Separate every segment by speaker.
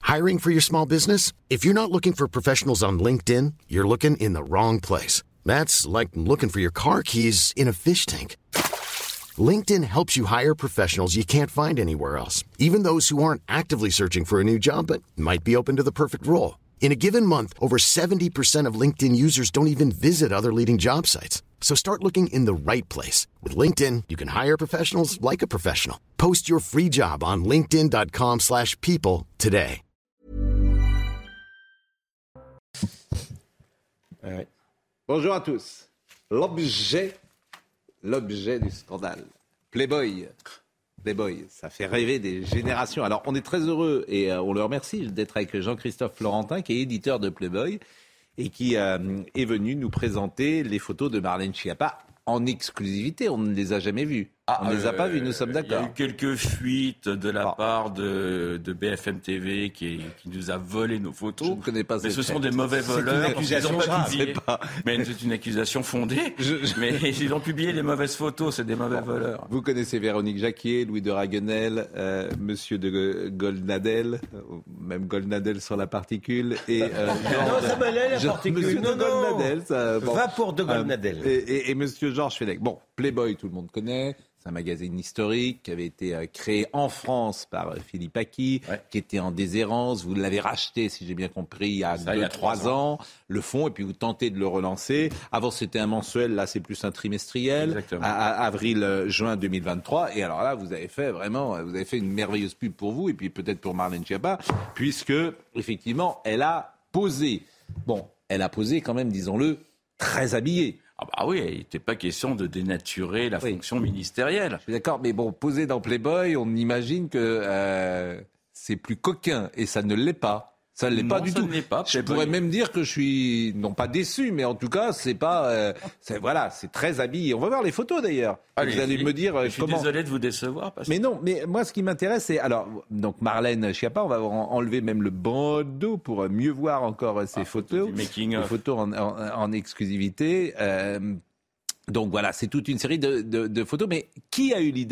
Speaker 1: Hiring for your small business? If you're not looking for professionals on LinkedIn, you're looking in the wrong place. That's like looking for your car keys in a fish tank. LinkedIn helps you hire professionals you can't find anywhere else, even those who aren't actively searching for a new job but might be open to the perfect role. In a given month, over 70% of LinkedIn users don't even visit other leading job sites. So start looking in the right place. With LinkedIn, you can hire professionals like a professional. Post your free job on linkedin.com/people today.
Speaker 2: Ouais. Bonjour à tous. L'objet du scandale. Playboy, ça fait rêver des générations. Alors, on est très heureux et on le remercie d'être avec Jean-Christophe Florentin, qui est éditeur de Playboy et qui est venu nous présenter les photos de Marlène Schiappa en exclusivité. On ne les a jamais vues. On ne les a pas vues, nous sommes d'accord.
Speaker 3: Il y a eu quelques fuites de la part de BFM TV qui nous a volé nos photos.
Speaker 2: Je ne connais pas.
Speaker 3: Mais ce sont des mauvais voleurs.
Speaker 2: C'est une accusation
Speaker 3: Mais c'est une accusation fondée. Mais ils ont publié les mauvaises photos, c'est des mauvais voleurs.
Speaker 2: Vous connaissez Véronique Jacquier, Louis de Raguenel, Monsieur de Goldnadel, même Goldnadel sur la particule. Et,
Speaker 4: non, ça m'allait la particule.
Speaker 2: Monsieur de Goldnadel.
Speaker 4: Va pour de Goldnadel.
Speaker 2: Et Monsieur Georges Fenech. Bon, Playboy, tout le monde connaît. C'est un magazine historique qui avait été créé en France par Philippe Aki, qui était en déshérence. Vous l'avez racheté, si j'ai bien compris, il y a 2-3 ans, le fonds, et puis vous tentez de le relancer. Avant, c'était un mensuel, là, c'est plus un trimestriel, à avril-juin 2023. Et alors là, vous avez fait une merveilleuse pub pour vous, et puis peut-être pour Marlène Schiappa, puisque, effectivement, elle a posé. Bon, elle a posé quand même, disons-le, très habillée.
Speaker 3: Ah bah oui, il n'était pas question de dénaturer la fonction ministérielle.
Speaker 2: Je suis d'accord, mais bon, posé dans Playboy, on imagine que c'est plus coquin, et ça ne l'est pas. Ça ne l'est pas du tout. Je pourrais même dire que je suis, non pas déçu, mais en tout cas, c'est pas, c'est très habillé. On va voir les photos d'ailleurs. Vous allez me dire
Speaker 3: je suis désolé de vous décevoir.
Speaker 2: Mais non, mais moi, ce qui m'intéresse, c'est donc Marlène Schiappa, on va enlever même le bandeau pour mieux voir encore ces photos, les photos en exclusivité. Donc voilà, c'est toute une série de photos. Mais qui a eu l'idée ?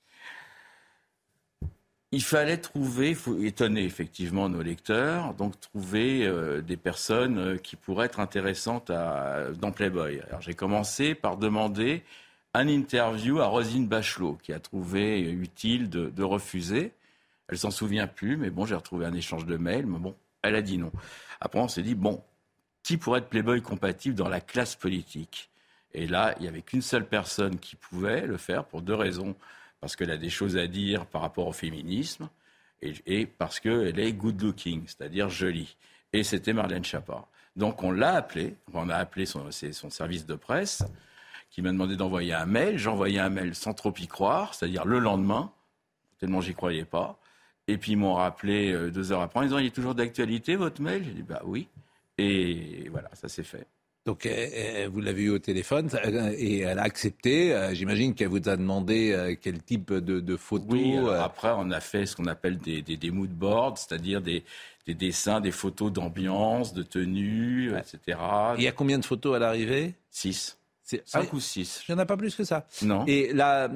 Speaker 3: Il fallait trouver, il faut étonner effectivement nos lecteurs, donc trouver des personnes qui pourraient être intéressantes dans Playboy. Alors j'ai commencé par demander un interview à Roselyne Bachelot, qui a trouvé utile de refuser. Elle s'en souvient plus, mais bon, j'ai retrouvé un échange de mails, mais bon, elle a dit non. Après, on s'est dit, bon, qui pourrait être Playboy compatible dans la classe politique ? Et là, il n'y avait qu'une seule personne qui pouvait le faire pour 2 raisons. Parce qu'elle a des choses à dire par rapport au féminisme et parce qu'elle est good looking, c'est-à-dire jolie. Et c'était Marlène Schiappa. Donc on l'a appelée, on a appelé son service de presse qui m'a demandé d'envoyer un mail. J'ai envoyé un mail sans trop y croire, c'est-à-dire le lendemain, tellement j'y croyais pas. Et puis ils m'ont rappelé 2 heures après en disant « Il est toujours d'actualité votre mail ?» J'ai dit « Bah oui ». Et voilà, ça s'est fait.
Speaker 2: Donc, vous l'avez eu au téléphone et elle a accepté. J'imagine qu'elle vous a demandé quel type de photos.
Speaker 3: Oui, après, on a fait ce qu'on appelle des mood boards, c'est-à-dire des dessins, des photos d'ambiance, de tenue, etc.
Speaker 2: Et il y a combien de photos à l'arrivée ?
Speaker 3: 6. 5 ou 6.
Speaker 2: Il n'y en a pas plus que ça.
Speaker 3: Non.
Speaker 2: Et la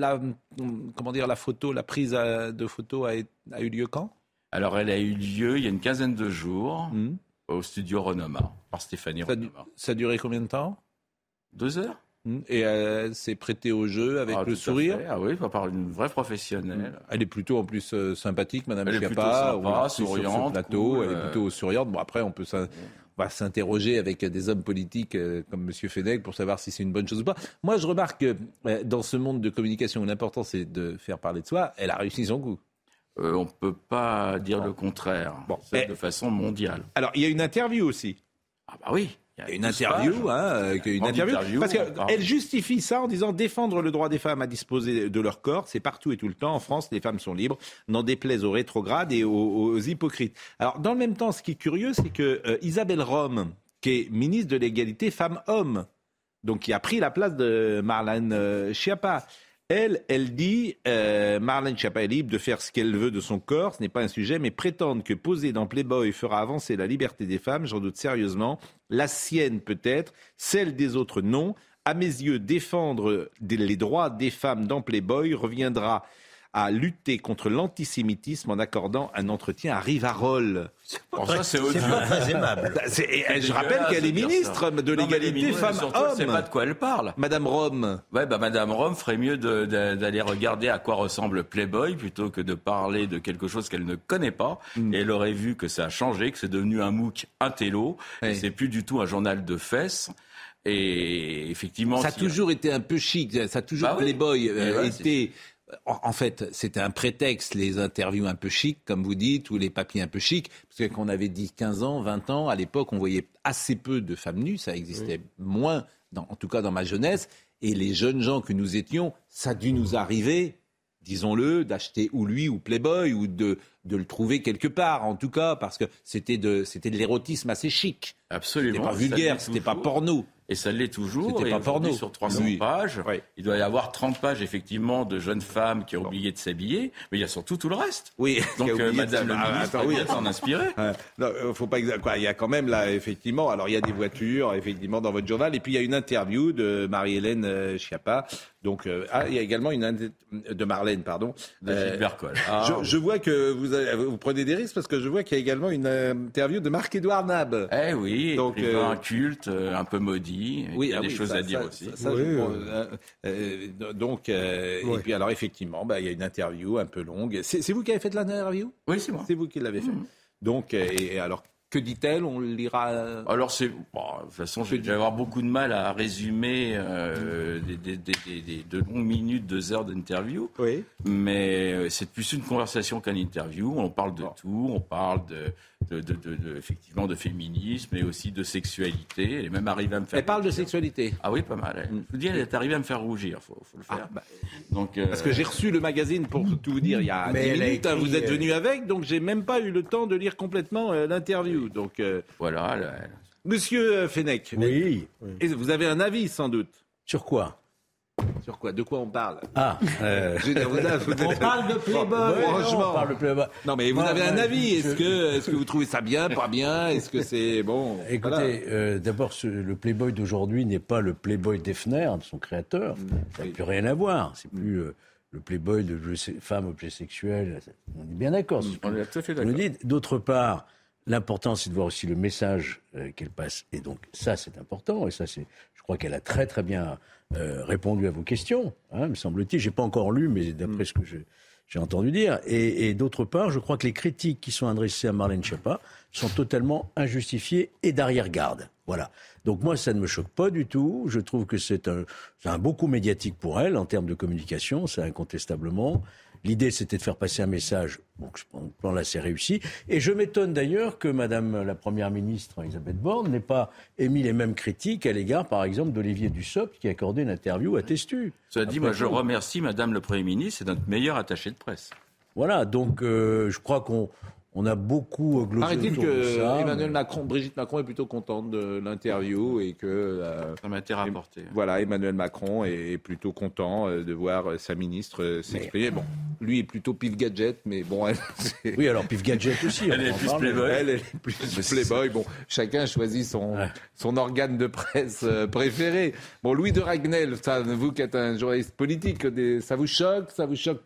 Speaker 2: prise de photos a eu lieu quand ? Alors,
Speaker 3: elle a eu lieu il y a une quinzaine de jours. Au studio Renoma, par Stéphanie Renoma.
Speaker 2: Ça a duré combien de temps ?
Speaker 3: 2 heures.
Speaker 2: Et elle s'est prêtée au jeu avec le sourire ?
Speaker 3: Ah oui, par une vraie professionnelle.
Speaker 2: Elle est plutôt en plus sympathique, Madame Schiappa.
Speaker 3: Elle est plutôt sympa, souriante.
Speaker 2: Sur ce plateau,
Speaker 3: cool,
Speaker 2: elle est plutôt souriante. Bon, après, on va s'interroger avec des hommes politiques comme M. Fenech pour savoir si c'est une bonne chose ou pas. Moi, je remarque que dans ce monde de communication où l'important c'est de faire parler de soi, elle a réussi son coup.
Speaker 3: On ne peut pas dire le contraire, de façon mondiale.
Speaker 2: Alors, il y a une interview aussi.
Speaker 3: Ah bah oui,
Speaker 2: il y a une interview, parce qu'elle justifie ça en disant défendre le droit des femmes à disposer de leur corps, c'est partout et tout le temps. En France, les femmes sont libres, n'en déplaise aux rétrogrades et aux hypocrites. Alors, dans le même temps, ce qui est curieux, c'est que Isabelle Rome, qui est ministre de l'égalité femmes-hommes, donc qui a pris la place de Marlène Schiappa, Elle dit Marlène Schiappa est libre de faire ce qu'elle veut de son corps, ce n'est pas un sujet, mais prétendre que poser dans Playboy fera avancer la liberté des femmes, j'en doute sérieusement. La sienne peut-être, celle des autres non. À mes yeux, défendre les droits des femmes dans Playboy reviendra a lutté contre l'antisémitisme en accordant un entretien à Rivarol.
Speaker 3: Ça, c'est
Speaker 4: pas très aimable.
Speaker 2: Je rappelle qu'elle est ministre de l'égalité femmes-hommes.
Speaker 3: Je ne sais pas de quoi elle parle.
Speaker 2: Madame Rome.
Speaker 3: Ouais, Madame Rome ferait mieux d'aller regarder à quoi ressemble Playboy plutôt que de parler de quelque chose qu'elle ne connaît pas. Et elle aurait vu que ça a changé, que c'est devenu un MOOC intello. Et c'est plus du tout un journal de fesses. Et effectivement...
Speaker 2: Ça a toujours été un peu chic. Ça a toujours Playboy été... En fait, c'était un prétexte, les interviews un peu chic, comme vous dites, ou les papiers un peu chics, parce que quand on avait 10, 15 ans, 20 ans, à l'époque, on voyait assez peu de femmes nues, ça existait moins, en tout cas dans ma jeunesse, et les jeunes gens que nous étions, ça a dû nous arriver, disons-le, d'acheter ou lui ou Playboy, ou de le trouver quelque part, en tout cas, parce que c'était de l'érotisme assez chic.
Speaker 3: Absolument.
Speaker 2: C'était pas vulgaire, c'était pas porno.
Speaker 3: Et ça l'est toujours.
Speaker 2: C'était pas porno.
Speaker 3: Sur 300 pages, il doit y avoir 30 pages, effectivement, de jeunes femmes qui ont oublié de s'habiller, mais il y a surtout tout le reste.
Speaker 2: Oui.
Speaker 3: Donc, Madame la ministre va s'en inspirer.
Speaker 2: Non, faut pas il y a quand même, là, effectivement, alors il y a des voitures, effectivement, dans votre journal, et puis il y a une interview de Marie-Hélène Schiappa. Donc, il y a également de Marlène, pardon.
Speaker 3: De Gilbert Coll.
Speaker 2: Je vois que vous prenez des risques, parce que je vois qu'il y a également une interview de Marc-Édouard Nab.
Speaker 3: Eh oui, donc, un culte, un peu maudit. Oui, il y a des choses à dire aussi.
Speaker 2: Et puis alors effectivement, il y a une interview un peu longue. C'est vous qui avez fait l'interview ?
Speaker 3: Oui, c'est moi.
Speaker 2: C'est vous qui l'avez fait. Donc, et alors, que dit-elle ? On le lira.
Speaker 3: Alors de toute façon, je vais avoir beaucoup de mal à résumer de longues minutes, 2 heures d'interview. Oui. Mais c'est plus une conversation qu'une interview. On parle de tout. On parle effectivement de féminisme, mais aussi de sexualité. Elle est même arrivée à me faire.
Speaker 2: Elle parle de sexualité.
Speaker 3: Ah oui, pas mal. Je vous dis, elle est arrivée à me faire rougir. Faut le faire.
Speaker 2: Donc, parce que j'ai reçu le magazine pour tout vous dire il y a 10 minutes. Vous êtes venu avec, donc j'ai même pas eu le temps de lire complètement l'interview. Donc
Speaker 3: voilà.
Speaker 2: Monsieur Fenech.
Speaker 4: Oui.
Speaker 2: Vous avez un avis sans doute.
Speaker 4: Sur quoi ?
Speaker 2: Sur quoi ? De quoi on parle ?
Speaker 4: On parle de Playboy.
Speaker 2: Franchement.
Speaker 4: On parle de Playboy.
Speaker 2: Non, mais vous avez un avis. Est-ce que vous trouvez ça bien, pas bien ? Est-ce que c'est bon ?
Speaker 4: Écoutez, d'abord, le Playboy d'aujourd'hui n'est pas le Playboy d'Effner, de son créateur. Ça n'a plus rien à voir. C'est plus le Playboy de femmes objets sexuels. On est bien d'accord.
Speaker 3: On est tout à fait d'accord.
Speaker 4: D'autre part, l'important, c'est de voir aussi le message qu'elle passe. Et donc, ça, c'est important. Et ça, je crois qu'elle a très, très bien répondu à vos questions, me semble-t-il. Je n'ai pas encore lu, mais d'après ce que j'ai entendu dire. Et d'autre part, je crois que les critiques qui sont adressées à Marlène Schiappa sont totalement injustifiées et d'arrière-garde. Voilà. Donc moi, ça ne me choque pas du tout. Je trouve que c'est un beau coup médiatique pour elle en termes de communication, c'est incontestablement. L'idée, c'était de faire passer un message. Donc, ce plan-là, c'est réussi. Et je m'étonne d'ailleurs que Madame la Première ministre, Elisabeth Borne, n'ait pas émis les mêmes critiques à l'égard, par exemple, d'Olivier Dussopt, qui a accordé une interview à Testu.
Speaker 3: Cela dit, moi, je remercie Madame le Premier ministre, c'est notre meilleur attaché de presse.
Speaker 4: Voilà, donc je crois qu'on a beaucoup glosé autour de ça.
Speaker 2: Brigitte Macron est plutôt contente de l'interview et que...
Speaker 3: ça m'a été rapporté.
Speaker 2: Voilà, Emmanuel Macron est plutôt content de voir sa ministre s'exprimer. Bon, lui est plutôt pif gadget, mais bon...
Speaker 4: Oui, alors pif gadget aussi.
Speaker 3: Elle est plus Playboy.
Speaker 2: Elle est plus Playboy. Bon, chacun choisit son organe de presse préféré. Bon, Louis de Ragnel, vous qui êtes un journaliste politique, ça vous choque pas ?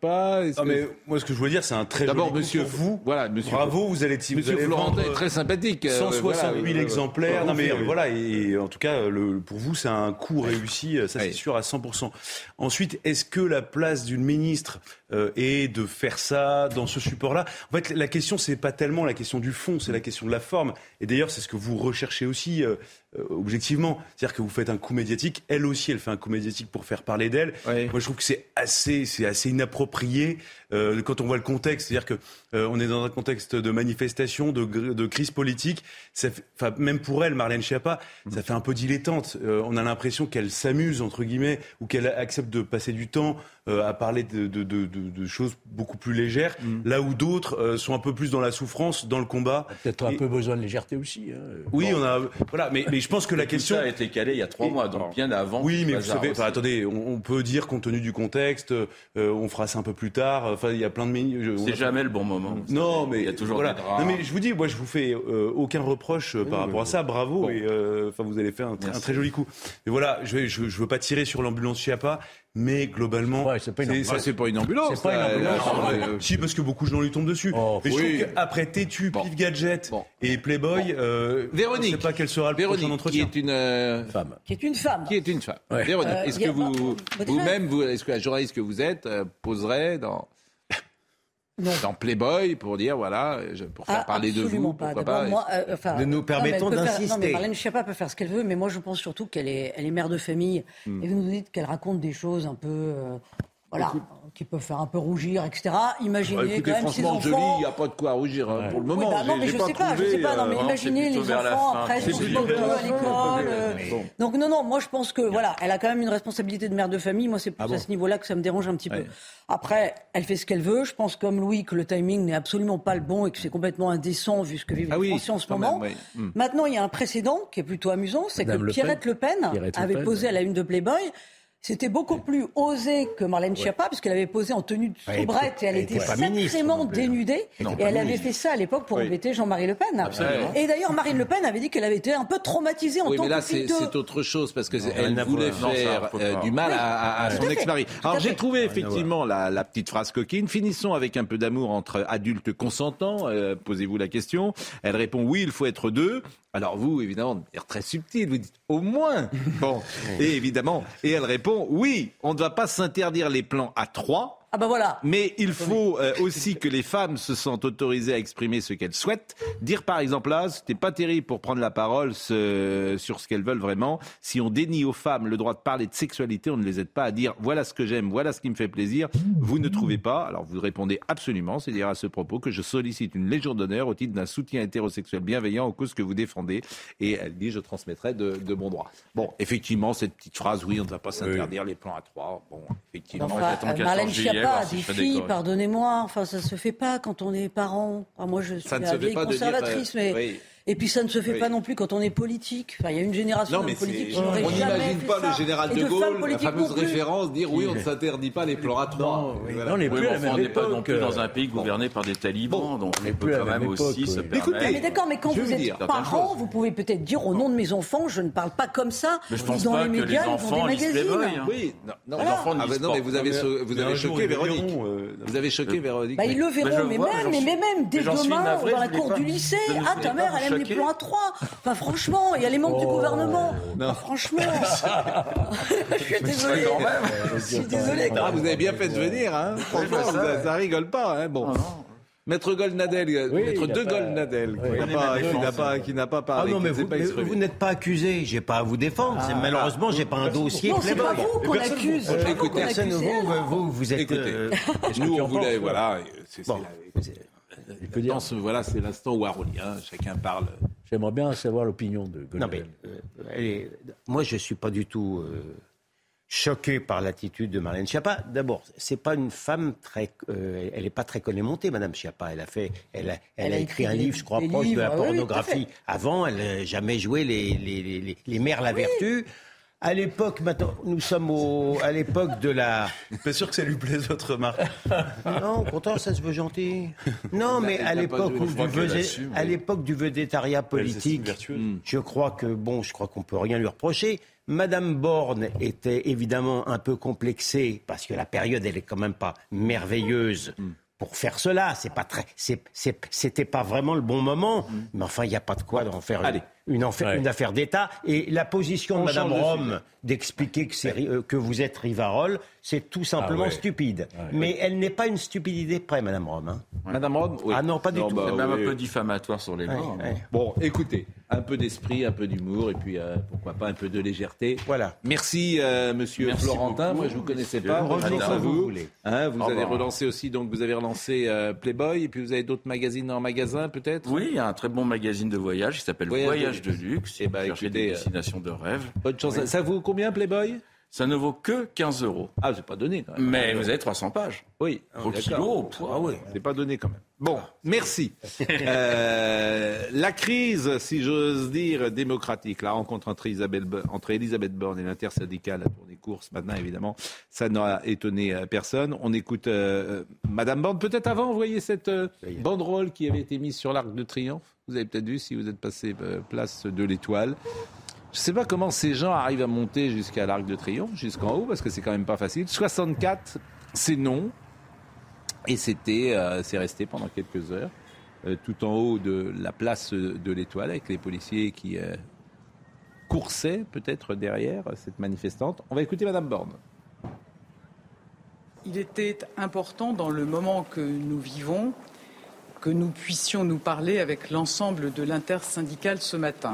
Speaker 5: Mais moi, ce que je voulais dire, c'est un très
Speaker 2: d'abord,
Speaker 5: joli
Speaker 2: monsieur,
Speaker 5: coup pour vous.
Speaker 2: Voilà, monsieur.
Speaker 5: Bravo, vous allez
Speaker 2: Florentin est très sympathique.
Speaker 5: 160 000 exemplaires. Non, mais voilà, et en tout cas, pour vous, c'est un coup réussi, ça c'est sûr, à 100%. Ensuite, est-ce que la place d'une ministre est de faire ça dans ce support-là ? En fait, la question, c'est pas tellement la question du fond, c'est la question de la forme. Et d'ailleurs, c'est ce que vous recherchez aussi, objectivement. C'est-à-dire que vous faites un coup médiatique. Elle aussi, elle fait un coup médiatique pour faire parler d'elle. Oui. Moi, je trouve que c'est assez inapproprié quand on voit le contexte. C'est-à-dire que on est dans un contexte de manifestation, de crise politique. Même pour elle, Marlène Schiappa, ça fait un peu dilettante. On a l'impression qu'elle s'amuse, entre guillemets, ou qu'elle accepte de passer du temps à parler de choses beaucoup plus légères, là où d'autres sont un peu plus dans la souffrance, dans le combat.
Speaker 4: Peut-être un peu besoin de légèreté aussi.
Speaker 5: Oui, on a... Voilà, mais je pense que la question...
Speaker 3: Ça a été calé il y a 3 mois, donc bien avant.
Speaker 5: Oui, mais vous savez, attendez, on peut dire, compte tenu du contexte, on fera ça un peu plus tard. Enfin, il y a plein de...
Speaker 3: C'est jamais le bon moment.
Speaker 5: Non, mais...
Speaker 3: Il y a toujours des drames.
Speaker 5: Non, mais je vous dis, moi, je vous fais aucun reproche par rapport à ça. Bravo. Bon. Et vous avez fait un très joli coup. Mais voilà, je veux pas tirer sur l'ambulance Schiappa, mais globalement,
Speaker 2: c'est pas une ambulance.
Speaker 4: C'est pas une ambulance.
Speaker 5: Si, parce que beaucoup de gens lui tombent dessus. Mais je trouve qu'après Tétu, Pif Gadget et Playboy,
Speaker 2: Véronique,
Speaker 5: je ne sais pas quel sera le prochain entretien.
Speaker 2: Qui est une femme.
Speaker 6: Qui est une femme.
Speaker 2: Ouais. Véronique, est-ce que vous-même, est-ce que la journaliste que vous êtes poserait dans Playboy pour dire pour faire parler de vous, pourquoi pas.
Speaker 7: Nous nous permettons d'insister.
Speaker 6: Marlène Schiappa peut faire ce qu'elle veut, mais moi je pense surtout qu'elle est mère de famille. Et vous nous dites qu'elle raconte des choses un peu, qui peuvent faire un peu rougir, etc. Imaginez quand même ces enfants.
Speaker 2: Jolie, il n'y a pas de quoi rougir pour le moment.
Speaker 6: Non, mais je sais pas. Non, mais imaginez les enfants après se boulot à l'école. Donc non, moi je pense que elle a quand même une responsabilité de mère de famille. Moi c'est plus à ce niveau-là que ça me dérange un petit peu. Après, elle fait ce qu'elle veut. Je pense comme Louis que le timing n'est absolument pas le bon et que c'est complètement indécent vu ce que vivent les Français en ce moment. Maintenant, il y a un précédent qui est plutôt amusant, c'est que Pierrette Le Pen avait posé à la une de Playboy. C'était beaucoup plus osé que Marlène Schiappa, puisqu'elle avait posé en tenue de soubrette et elle était sacrément dénudée. Et elle avait fait ça à l'époque pour embêter Jean-Marie Le Pen.
Speaker 2: Absolument.
Speaker 6: Et d'ailleurs, Marine Le Pen avait dit qu'elle avait été un peu traumatisée en tant que fille de...
Speaker 2: Oui, mais là, c'est autre chose, parce qu'elle voulait faire du mal à son ex-mari. Alors, j'ai trouvé effectivement la petite phrase coquine. Finissons avec un peu d'amour entre adultes consentants. Posez-vous la question. Elle répond, oui, il faut être deux. Alors vous, évidemment, de manière très subtile, vous dites au moins. Bon, et évidemment, et elle répond oui, on ne va pas s'interdire les plans à 3.
Speaker 6: Ah bah voilà.
Speaker 2: Mais il faut aussi que les femmes se sentent autorisées à exprimer ce qu'elles souhaitent. Dire par exemple là, c'était pas terrible pour prendre la parole sur ce qu'elles veulent vraiment. Si on dénie aux femmes le droit de parler de sexualité, on ne les aide pas à dire voilà ce que j'aime, voilà ce qui me fait plaisir. Vous ne trouvez pas. Alors vous répondez absolument, c'est-à-dire à ce propos que je sollicite une légion d'honneur au titre d'un soutien hétérosexuel bienveillant aux causes que vous défendez. Et elle dit je transmettrai de bon droit. Bon, effectivement, cette petite phrase, oui, on ne va pas s'interdire les plans à 3. Bon, effectivement.
Speaker 6: Marlène Schiappa, des filles, pardonnez-moi, enfin ça se fait pas quand on est parent. Enfin, moi je suis la vieille conservatrice, mais oui. Et puis ça ne se fait pas non plus quand on est politique. Enfin, il y a une génération de politiques qui n'aurait jamais
Speaker 2: n'imagine
Speaker 6: fait
Speaker 2: pas
Speaker 6: ça.
Speaker 2: le général de Gaulle, la fameuse référence, dire oui, on ne s'interdit pas les plans à 3.
Speaker 3: On n'est pas non plus dans un pays gouverné par des talibans, donc on peut quand même aussi se permettre.
Speaker 6: Écoutez, mais d'accord, mais quand vous êtes parent, vous pouvez peut-être dire au nom de mes enfants, je ne parle pas comme ça.
Speaker 3: Mais je pense pas que les enfants lisent Playboy.
Speaker 2: Oui, non, les enfants ne lisent pas. Mais vous avez choqué Véronique. Vous avez choqué Véronique.
Speaker 6: Ils le verront, mais même dès demain, dans la cour du lycée, ah ta mère, elle aime les plans à 3. Enfin, franchement, il y a les membres du gouvernement. Enfin, franchement, je suis désolé. Je suis désolé.
Speaker 2: Vous avez bien fait de venir, hein. Franchement, ça rigole pas, hein. Bon. Maître Goldnadel, Maître de Goldnadel, qui n'a pas parlé.
Speaker 7: Ah non, mais vous n'êtes pas accusé. J'ai pas à vous défendre. Malheureusement, j'ai pas un dossier.
Speaker 6: Non, c'est pas vous qu'on accuse.
Speaker 7: Personne, vous êtes.
Speaker 2: Nous, on voulait, voilà. C'est l'instant où Arolien, chacun parle.
Speaker 4: J'aimerais bien savoir l'opinion de Goldnadel.
Speaker 7: Non, mais moi, je ne suis pas du tout choqué par l'attitude de Marlène Schiappa. D'abord, c'est pas une femme elle n'est pas très collémontée, Madame Schiappa. Elle a écrit un livre, je crois, proche de la pornographie. Avant, elle n'a jamais joué les mères la vertu. À l'époque, maintenant, nous sommes à l'époque de la...
Speaker 5: Je suis pas sûr que ça lui plaise, votre remarque.
Speaker 7: Non, pourtant, ça se veut gentil. Non, mais à l'époque du vedettariat politique, je crois qu'on peut rien lui reprocher. Madame Borne était évidemment un peu complexée, parce que la période, elle est quand même pas merveilleuse. Pour faire cela, c'était pas vraiment le bon moment. Mais enfin, il n'y a pas de quoi d'en faire une affaire d'État. Et la position de Mme Rome d'expliquer que vous êtes Rivarol, c'est tout simplement stupide. Mais elle n'est pas une stupidité près, Mme Rome. Hein.
Speaker 2: Mme Rome, oui.
Speaker 7: Ah non, pas du tout.
Speaker 3: C'est même un peu diffamatoire sur les bords.
Speaker 2: Bon, écoutez, un peu d'esprit, un peu d'humour, et puis pourquoi pas un peu de légèreté.
Speaker 7: Voilà.
Speaker 2: Merci, Monsieur Florentin. Moi, je vous connaissais pas.
Speaker 7: Revenez quand vous voulez.
Speaker 2: Vous avez relancé aussi, donc vous avez relancé Playboy, et puis vous avez d'autres magazines en magasin, peut-être.
Speaker 3: Oui, il y a un très bon magazine de voyage qui s'appelle Voyage de luxe.
Speaker 2: Et
Speaker 3: chercher des destinations de rêve.
Speaker 2: Bonne chance. Ça vaut combien, Playboy ?
Speaker 3: Ça ne vaut que 15 €.
Speaker 2: Ah, c'est pas donné quand même.
Speaker 3: Mais vous avez 300 pages.
Speaker 2: Oui.
Speaker 3: Au kilo.
Speaker 2: C'est pas donné quand même. Bon, merci. La crise, si j'ose dire, démocratique, la rencontre entre Elisabeth Borne et l'intersyndicale a tourné court ce matin, évidemment. Ça n'a étonné personne. On écoute Madame Borne. Peut-être avant, vous voyez cette banderole qui avait été mise sur l'Arc de Triomphe. Vous avez peut-être vu si vous êtes passé place de l'Étoile. Je ne sais pas comment ces gens arrivent à monter jusqu'à l'Arc de Triomphe, jusqu'en haut, parce que c'est quand même pas facile. 64, c'est non. Et c'est resté pendant quelques heures, tout en haut de la place de l'Étoile, avec les policiers qui coursaient peut-être derrière cette manifestante. On va écouter Madame Borne.
Speaker 8: Il était important dans le moment que nous vivons que nous puissions nous parler avec l'ensemble de l'intersyndicale ce matin.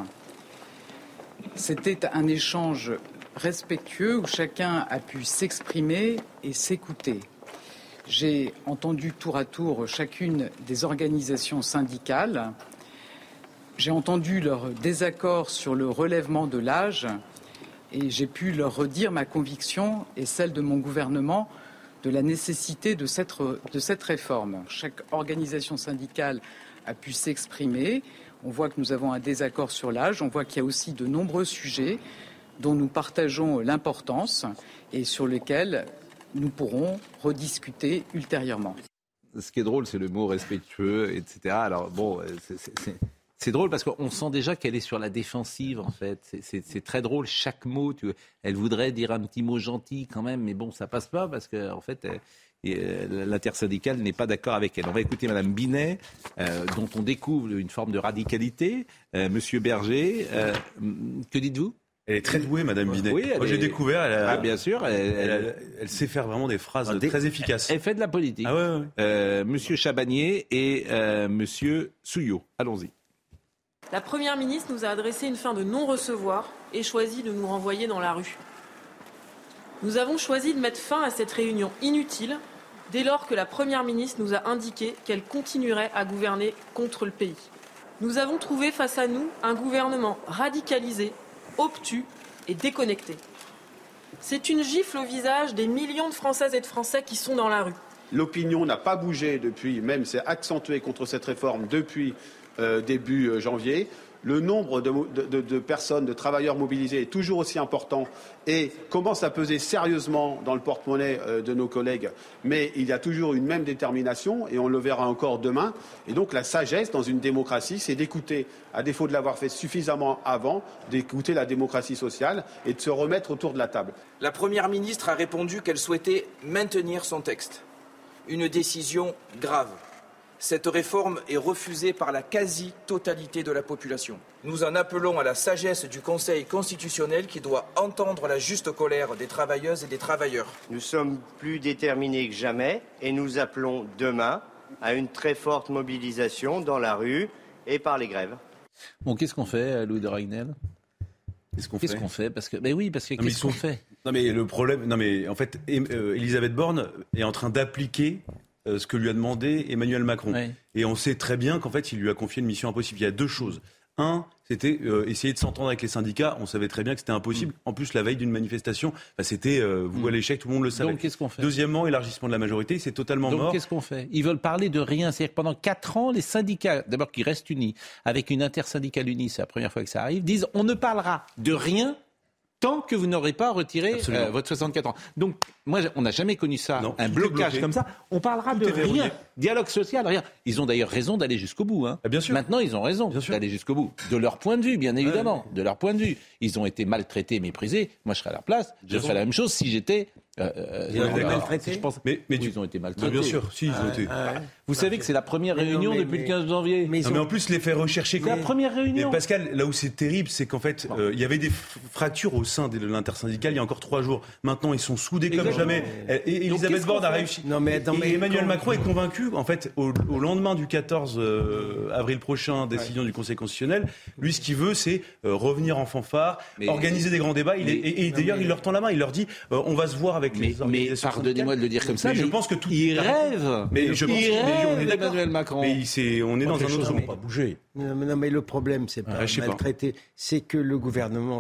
Speaker 8: C'était un échange respectueux où chacun a pu s'exprimer et s'écouter. J'ai entendu tour à tour chacune des organisations syndicales. J'ai entendu leur désaccord sur le relèvement de l'âge et j'ai pu leur redire ma conviction et celle de mon gouvernement de la nécessité de cette réforme. Chaque organisation syndicale a pu s'exprimer. On voit que nous avons un désaccord sur l'âge. On voit qu'il y a aussi de nombreux sujets dont nous partageons l'importance et sur lesquels nous pourrons rediscuter ultérieurement.
Speaker 2: Ce qui est drôle, c'est le mot respectueux, etc. Alors bon, c'est drôle parce qu'on sent déjà qu'elle est sur la défensive, en fait. C'est très drôle, chaque mot. Elle voudrait dire un petit mot gentil quand même, mais bon, ça passe pas parce que, en fait, l'intersyndicale n'est pas d'accord avec elle. On va écouter Madame Binet, dont on découvre une forme de radicalité. Monsieur Berger, que dites-vous ?
Speaker 5: Elle est très douée, Madame Binet.
Speaker 2: Oui,
Speaker 5: moi, j'ai découvert.
Speaker 2: Bien sûr.
Speaker 5: Elle sait faire vraiment des phrases très efficaces.
Speaker 2: Elle fait de la politique.
Speaker 5: Ah ouais.
Speaker 2: Monsieur Chabagnier et Monsieur Souillot. Allons-y.
Speaker 9: La Première ministre nous a adressé une fin de non-recevoir et choisi de nous renvoyer dans la rue. Nous avons choisi de mettre fin à cette réunion inutile dès lors que la Première ministre nous a indiqué qu'elle continuerait à gouverner contre le pays. Nous avons trouvé face à nous un gouvernement radicalisé, obtus et déconnecté. C'est une gifle au visage des millions de Françaises et de Français qui sont dans la rue.
Speaker 10: L'opinion n'a pas bougé depuis, même s'est accentuée contre cette réforme depuis début janvier. Le nombre de personnes, de travailleurs mobilisés est toujours aussi important et commence à peser sérieusement dans le porte-monnaie de nos collègues. Mais il y a toujours une même détermination et on le verra encore demain. Et donc la sagesse dans une démocratie, c'est d'écouter, à défaut de l'avoir fait suffisamment avant, d'écouter la démocratie sociale et de se remettre autour de la table.
Speaker 11: La Première ministre a répondu qu'elle souhaitait maintenir son texte. Une décision grave. Cette réforme est refusée par la quasi-totalité de la population. Nous en appelons à la sagesse du Conseil constitutionnel qui doit entendre la juste colère des travailleuses et des travailleurs.
Speaker 12: Nous sommes plus déterminés que jamais et nous appelons demain à une très forte mobilisation dans la rue et par les grèves.
Speaker 2: Bon, qu'est-ce qu'on fait, Louis de Ragnel ? Qu'est-ce qu'on fait ? Parce que qu'est-ce qu'on fait ?
Speaker 5: Non mais le problème, en fait, Elisabeth Borne est en train d'appliquer ce que lui a demandé Emmanuel Macron. Oui. Et on sait très bien qu'en fait, il lui a confié une mission impossible. Il y a deux choses. Un, c'était essayer de s'entendre avec les syndicats. On savait très bien que c'était impossible. En plus, la veille d'une manifestation, c'était vous à l'échec, tout le monde le savait.
Speaker 2: Donc, qu'est-ce qu'on fait ?
Speaker 5: Deuxièmement, élargissement de la majorité, c'est totalement mort.
Speaker 2: Donc, qu'est-ce qu'on fait ? Ils veulent parler de rien. C'est-à-dire que pendant 4 ans, les syndicats, d'abord qui restent unis, avec une intersyndicale unie, c'est la première fois que ça arrive, disent on ne parlera de rien tant que vous n'aurez pas retiré votre 64 ans. Donc, moi, on n'a jamais connu ça, un blocage comme ça. On parlera de rien. Dialogue social, rien. Ils ont d'ailleurs raison d'aller jusqu'au bout. Hein.
Speaker 5: Bien sûr.
Speaker 2: Maintenant, ils ont raison d'aller jusqu'au bout. De leur point de vue, bien évidemment. De leur point de vue. Ils ont été maltraités, méprisés. Moi, je serais à leur place. Je ferais la même chose si j'étais...
Speaker 5: maltraités.
Speaker 2: Mais ils ont été maltraités.
Speaker 5: Bien sûr, si, ils ont été.
Speaker 2: Vous savez que c'est la première réunion depuis le 15 janvier.
Speaker 5: Mais en plus, les faits recherchés.
Speaker 2: C'est la première réunion.
Speaker 5: Et Pascal, là où c'est terrible, c'est qu'en fait, il y avait des fractures au sein de l'intersyndicale il y a encore 3 jours. Maintenant, ils sont soudés comme jamais. Et Elisabeth Borne a réussi. Et Emmanuel Macron est convaincu, en fait, au lendemain du 14 avril prochain, décision du Conseil constitutionnel, lui, ce qu'il veut, c'est revenir en fanfare, organiser des grands débats. Et d'ailleurs, il leur tend la main. Il leur dit, on va se voir avec les organisations.
Speaker 2: Mais pardonnez-moi de le dire comme ça,
Speaker 5: mais je pense que tout.
Speaker 2: Il rêve.
Speaker 5: Mais je pense
Speaker 2: on est Emmanuel Macron.
Speaker 5: Mais on est dans un autre monde.
Speaker 7: Pas bouger. Non, mais le problème, c'est pas maltraité, c'est que le gouvernement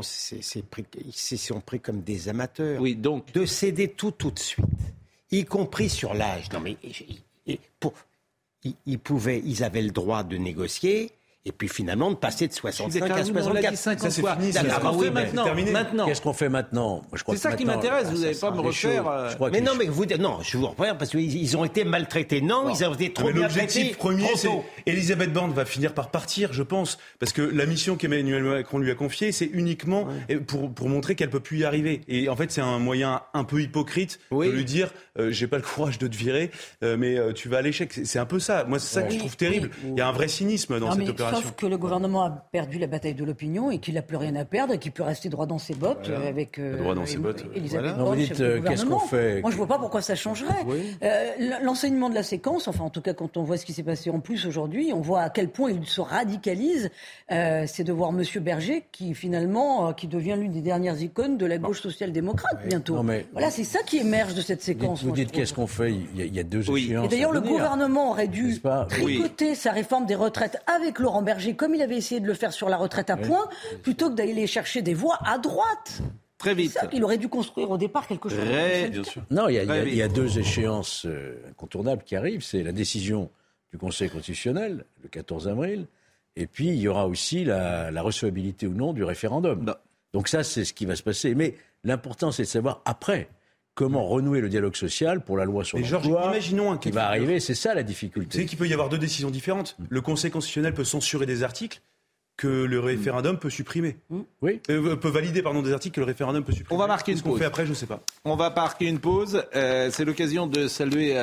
Speaker 7: s'y sont pris comme des amateurs.
Speaker 2: Oui, donc
Speaker 7: de céder tout de suite, y compris sur l'âge. Non, mais ils avaient le droit de négocier. Et puis finalement de passer de 65 à 64.
Speaker 2: Ça c'est fini.
Speaker 4: Qu'est-ce qu'on fait maintenant?
Speaker 2: C'est ça qui m'intéresse. Vous n'allez pas me refaire.
Speaker 7: Mais non, mais je vous reprends parce qu'ils ont été maltraités. Non, ils ont été trop bien traités.
Speaker 5: L'objectif premier, c'est Elisabeth Borne va finir par partir, je pense, parce que la mission qu'Emmanuel Macron lui a confiée, c'est uniquement pour montrer qu'elle peut plus y arriver. Et en fait, c'est un moyen un peu hypocrite de lui dire j'ai pas le courage de te virer, mais tu vas à l'échec. C'est un peu ça. Moi, c'est ça que je trouve terrible. Il y a un vrai cynisme dans cette opération.
Speaker 6: Sauf que le gouvernement a perdu la bataille de l'opinion et qu'il n'a plus rien à perdre et qu'il peut rester droit dans ses bottes avec Elisabeth Borne.
Speaker 4: Vous dites qu'est-ce qu'on fait?
Speaker 6: Moi, je vois pas pourquoi ça changerait. L'enseignement de la séquence, enfin en tout cas quand on voit ce qui s'est passé en plus aujourd'hui, on voit à quel point il se radicalise. C'est de voir Monsieur Berger qui finalement qui devient l'une des dernières icônes de la gauche social-démocrate bientôt. Voilà, c'est ça qui émerge de cette séquence.
Speaker 4: Vous dites qu'est-ce qu'on fait? Il y a deux échéances.
Speaker 6: Et d'ailleurs, le gouvernement aurait dû tricoter sa réforme des retraites avec Laurent Berger, comme il avait essayé de le faire sur la retraite à points, plutôt que d'aller chercher des voix à droite.
Speaker 2: Très vite.
Speaker 6: C'est ça qu'il aurait dû construire au départ quelque chose.
Speaker 4: Bien sûr. Non, il y a deux échéances incontournables qui arrivent. C'est la décision du Conseil constitutionnel, le 14 avril, et puis il y aura aussi la recevabilité ou non du référendum. Donc ça, c'est ce qui va se passer. Mais l'important, c'est de savoir après comment renouer le dialogue social pour la loi sur l'emploi qui va arriver. C'est ça la difficulté.
Speaker 5: Vous savez qu'il peut y avoir deux décisions différentes. Le Conseil constitutionnel peut censurer des articles que le référendum peut supprimer. Peut valider des articles que le référendum peut supprimer.
Speaker 2: On va marquer une pause.
Speaker 5: Ce qu'on fait après, je ne sais pas.
Speaker 2: On va marquer une pause. C'est l'occasion de saluer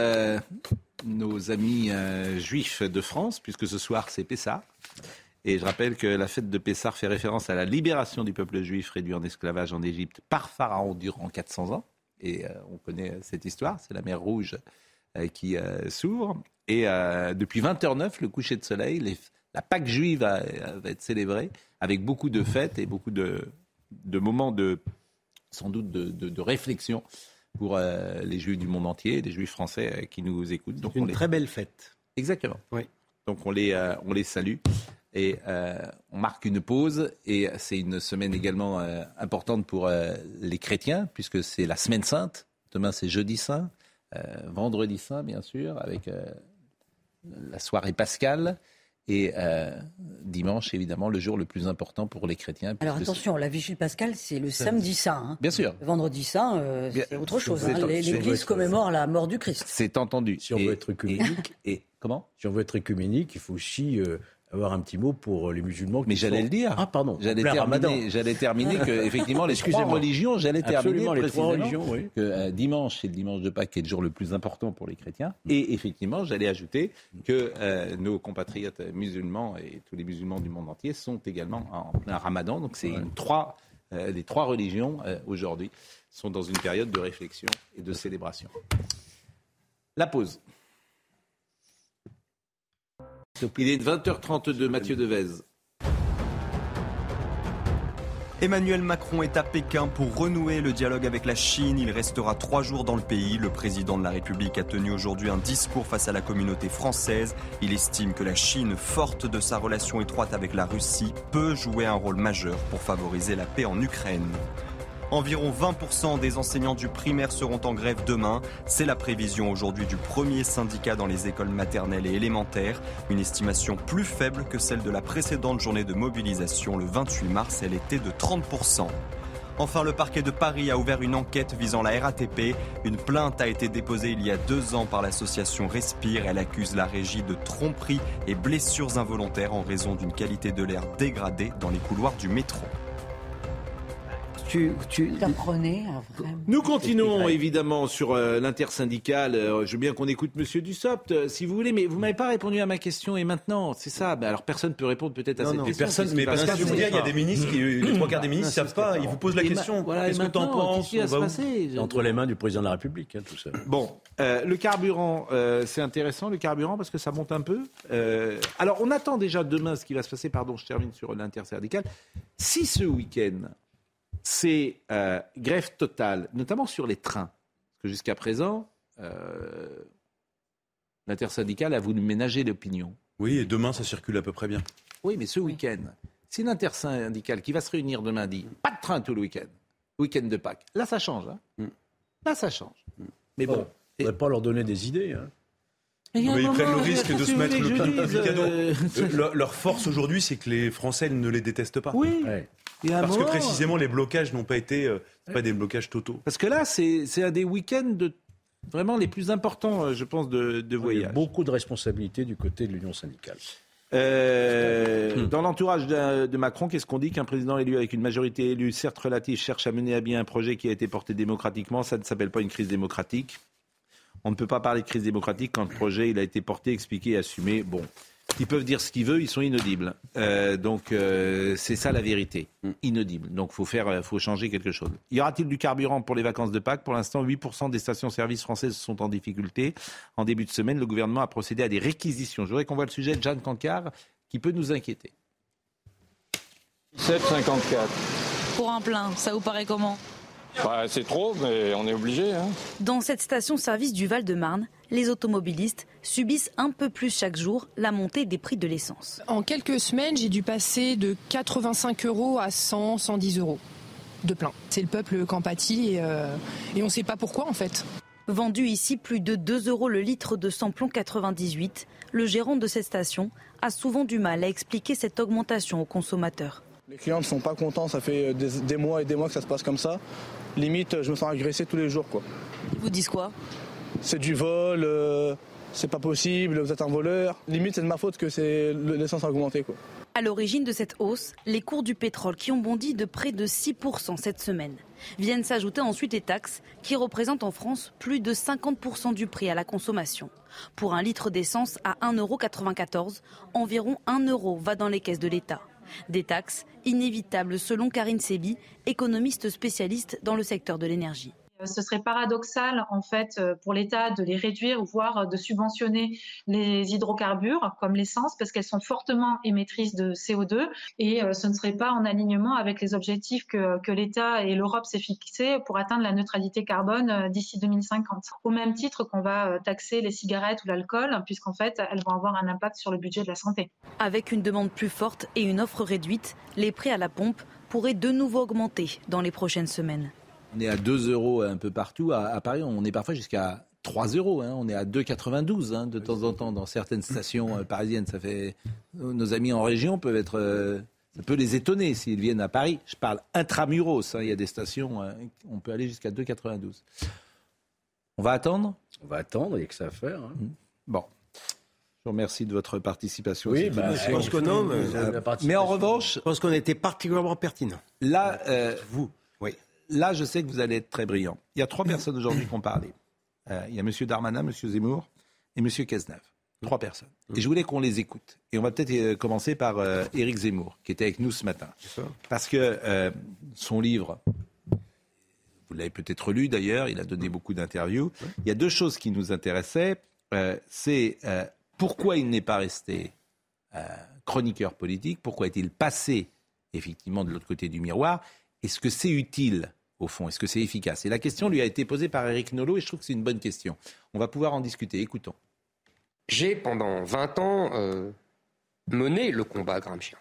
Speaker 2: nos amis juifs de France, puisque ce soir c'est Pessah. Et je rappelle que la fête de Pessah fait référence à la libération du peuple juif réduit en esclavage en Égypte par Pharaon durant 400 ans. Et on connaît cette histoire, c'est la mer Rouge qui s'ouvre. Et depuis 20h09, le coucher de soleil, la Pâque juive va être célébrée avec beaucoup de fêtes et beaucoup de moments sans doute de réflexion pour les juifs du monde entier, les juifs français qui nous écoutent.
Speaker 7: Donc une très belle fête.
Speaker 2: Exactement.
Speaker 7: Oui.
Speaker 2: Donc on les salue. Et on marque une pause et c'est une semaine également importante pour les chrétiens puisque c'est la semaine sainte. Demain c'est jeudi saint, vendredi saint bien sûr avec la soirée pascale et dimanche évidemment le jour le plus important pour les chrétiens.
Speaker 6: Alors attention, la vigile pascale c'est le samedi saint. Hein.
Speaker 2: Bien sûr.
Speaker 6: Le vendredi saint c'est autre chose. L'Église commémore la mort du Christ.
Speaker 2: C'est entendu.
Speaker 4: Si on veut être œcuménique,
Speaker 2: comment ?
Speaker 4: Si on veut être œcuménique, il faut aussi avoir un petit mot pour les musulmans.
Speaker 2: Mais j'allais le dire.
Speaker 4: Ah, pardon.
Speaker 2: J'allais terminer que, effectivement, les trois religions,
Speaker 4: Absolument, les trois religions, oui.
Speaker 2: Que dimanche, c'est le dimanche de Pâques qui est le jour le plus important pour les chrétiens. Et effectivement, j'allais ajouter que nos compatriotes musulmans et tous les musulmans du monde entier sont également en plein ramadan. Donc, c'est les trois religions, aujourd'hui, sont dans une période de réflexion et de célébration. La pause. Il est 20h32, Mathieu Devez.
Speaker 13: Emmanuel Macron est à Pékin pour renouer le dialogue avec la Chine. Il restera 3 jours dans le pays. Le président de la République a tenu aujourd'hui un discours face à la communauté française. Il estime que la Chine, forte de sa relation étroite avec la Russie, peut jouer un rôle majeur pour favoriser la paix en Ukraine. Environ 20% des enseignants du primaire seront en grève demain. C'est la prévision aujourd'hui du premier syndicat dans les écoles maternelles et élémentaires. Une estimation plus faible que celle de la précédente journée de mobilisation. Le 28 mars, elle était de 30%. Enfin, le parquet de Paris a ouvert une enquête visant la RATP. Une plainte a été déposée il y a 2 ans par l'association Respire. Elle accuse la régie de tromperie et blessures involontaires en raison d'une qualité de l'air dégradée dans les couloirs du métro.
Speaker 2: Nous continuons évidemment sur l'intersyndicale. Je veux bien qu'on écoute Monsieur Dussopt, si vous voulez, mais vous m'avez pas répondu à ma question. Et maintenant, c'est ça. Alors personne peut répondre peut-être à cette question.
Speaker 5: Personne, mais parce que je veux dire, il y a des ministres les 3/4 des ministres ne savent pas. Ils vous posent la question. Qu'est-ce que t'en penses?
Speaker 2: Qu'est-ce qui va se passer
Speaker 4: entre les mains du président de la République, tout ça.
Speaker 2: Bon, le carburant, c'est intéressant le carburant parce que ça monte un peu. Alors on attend déjà demain ce qui va se passer. Pardon, je termine sur l'intersyndicale. Si ce week-end c'est grève totale, notamment sur les trains. Parce que jusqu'à présent, l'intersyndicale a voulu ménager l'opinion.
Speaker 5: Oui, et demain, ça circule à peu près bien.
Speaker 2: Oui, mais ce week-end, si l'intersyndicale qui va se réunir demain dit pas de train tout le week-end de Pâques, là ça change. Là ça change. Mais bon.
Speaker 4: On ne va pas leur donner des idées.
Speaker 5: Mais ils prennent le risque de se mettre le pied dans le cadeau. Leur force aujourd'hui, c'est que les Français ne les détestent pas.
Speaker 2: Oui.
Speaker 5: Ouais. Parce que précisément, les blocages n'ont pas été pas des blocages totaux.
Speaker 2: Parce que là, c'est un des week-ends vraiment les plus importants, je pense, de voyage.
Speaker 4: Il y a beaucoup de responsabilités du côté de l'Union syndicale.
Speaker 2: Dans l'entourage de Macron, qu'est-ce qu'on dit qu'un président élu avec une majorité élue, certes relative, cherche à mener à bien un projet qui a été porté démocratiquement? Ça ne s'appelle pas une crise démocratique. On ne peut pas parler de crise démocratique quand le projet il a été porté, expliqué et assumé. Bon, ils peuvent dire ce qu'ils veulent, ils sont inaudibles. Donc c'est ça la vérité, inaudible. Donc faut changer quelque chose. Y aura-t-il du carburant pour les vacances de Pâques? Pour l'instant, 8% des stations-service françaises sont en difficulté. En début de semaine, le gouvernement a procédé à des réquisitions. Je voudrais qu'on voit le sujet de Jeanne Cancard qui peut nous inquiéter.
Speaker 14: 7,54. Pour un plein, ça vous paraît comment?
Speaker 15: C'est trop, mais on est obligé.
Speaker 14: Dans cette station-service du Val-de-Marne, les automobilistes subissent un peu plus chaque jour la montée des prix de l'essence.
Speaker 16: En quelques semaines, j'ai dû passer de 85 € à 100, 110 € de plein. C'est le peuple qui en pâtit et on ne sait pas pourquoi en fait.
Speaker 14: Vendu ici plus de 2 € le litre de samplon 98, le gérant de cette station a souvent du mal à expliquer cette augmentation aux consommateurs.
Speaker 17: Les clients ne sont pas contents, ça fait des mois et des mois que ça se passe comme ça. Limite, je me sens agressé tous les jours, quoi.
Speaker 14: Ils vous disent quoi?
Speaker 17: C'est du vol, c'est pas possible, vous êtes un voleur. Limite, c'est de ma faute que l'essence a augmenté, quoi.
Speaker 14: À l'origine de cette hausse, les cours du pétrole qui ont bondi de près de 6% cette semaine. Viennent s'ajouter ensuite les taxes qui représentent en France plus de 50% du prix à la consommation. Pour un litre d'essence à 1,94 €, environ 1 € va dans les caisses de l'État. Des taxes inévitables selon Karine Sebi, économiste spécialiste dans le secteur de l'énergie.
Speaker 18: Ce serait paradoxal en fait pour l'État de les réduire, voire de subventionner les hydrocarbures comme l'essence parce qu'elles sont fortement émettrices de CO2 et ce ne serait pas en alignement avec les objectifs que l'État et l'Europe s'est fixés pour atteindre la neutralité carbone d'ici 2050. Au même titre qu'on va taxer les cigarettes ou l'alcool puisqu'en fait elles vont avoir un impact sur le budget de la santé.
Speaker 14: Avec une demande plus forte et une offre réduite, les prix à la pompe pourraient de nouveau augmenter dans les prochaines semaines.
Speaker 2: On est à 2 € un peu partout. À Paris, on est parfois jusqu'à 3 €. On est à 2,92 de temps en temps dans certaines stations parisiennes. Ça fait nos amis en région peuvent être, ça peut les étonner s'ils viennent à Paris. Je parle intramuros. Il y a des stations, on peut aller jusqu'à 2,92. On va attendre.
Speaker 4: On va attendre. Il n'y a que ça à faire.
Speaker 2: Bon. Je vous remercie de votre participation.
Speaker 7: Oui, je pense que non.
Speaker 2: Mais en revanche,
Speaker 7: je pense qu'on a été particulièrement pertinent.
Speaker 2: Là,
Speaker 7: vous.
Speaker 2: Oui. Là, je sais que vous allez être très brillant. Il y a 3 personnes aujourd'hui qui ont parlé. Il y a M. Darmanin, M. Zemmour et M. Cazeneuve. 3 personnes. Et je voulais qu'on les écoute. Et on va peut-être commencer par Éric Zemmour, qui était avec nous ce matin. Parce que son livre, vous l'avez peut-être lu d'ailleurs, il a donné beaucoup d'interviews. Il y a 2 choses qui nous intéressaient. C'est pourquoi il n'est pas resté chroniqueur politique, pourquoi est-il passé effectivement de l'autre côté du miroir. Est-ce que c'est utile au fond? Est-ce que c'est efficace? Et la question lui a été posée par Éric Nolot et je trouve que c'est une bonne question. On va pouvoir en discuter. Écoutons.
Speaker 19: J'ai, pendant 20 ans, mené le combat gramscien.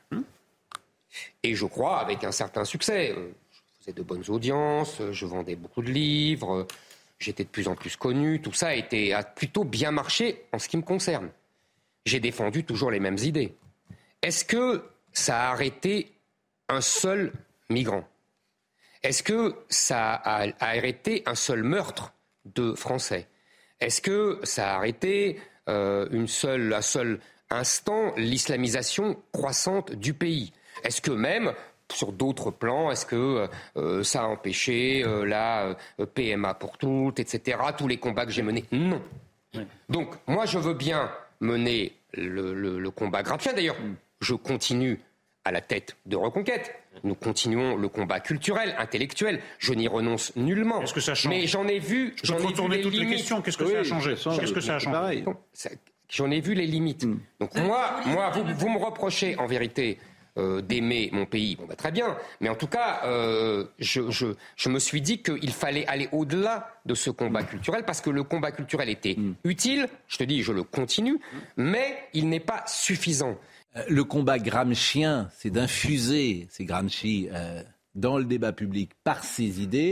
Speaker 19: Et je crois avec un certain succès. Je faisais de bonnes audiences, je vendais beaucoup de livres, j'étais de plus en plus connu. Tout ça a plutôt bien marché en ce qui me concerne. J'ai défendu toujours les mêmes idées. Est-ce que ça a arrêté un seul migrant? Est-ce que ça a arrêté un seul meurtre de Français? Est-ce que ça a arrêté un seul instant l'islamisation croissante du pays? Est-ce que même, sur d'autres plans, est-ce que ça a empêché la PMA pour toutes, etc., tous les combats que j'ai menés? Non. Donc, moi, je veux bien mener le combat gramscien. D'ailleurs, je continue à la tête de Reconquête. Nous continuons le combat culturel, intellectuel. Je n'y renonce nullement.
Speaker 20: Est-ce que ça change?
Speaker 19: Mais j'en ai vu.
Speaker 20: J'en ai retourné toutes les questions. Qu'est-ce que ça a changé? Qu'est-ce que ça a changé?
Speaker 19: J'en ai vu les limites. Donc moi, vous me reprochez en vérité d'aimer mon pays. Bon, très bien. Mais en tout cas, je me suis dit qu'il fallait aller au-delà de ce combat culturel parce que le combat culturel était utile. Je te dis, je le continue, mais il n'est pas suffisant.
Speaker 2: Le combat gramscien, c'est d'infuser ces Gramsci dans le débat public par ses idées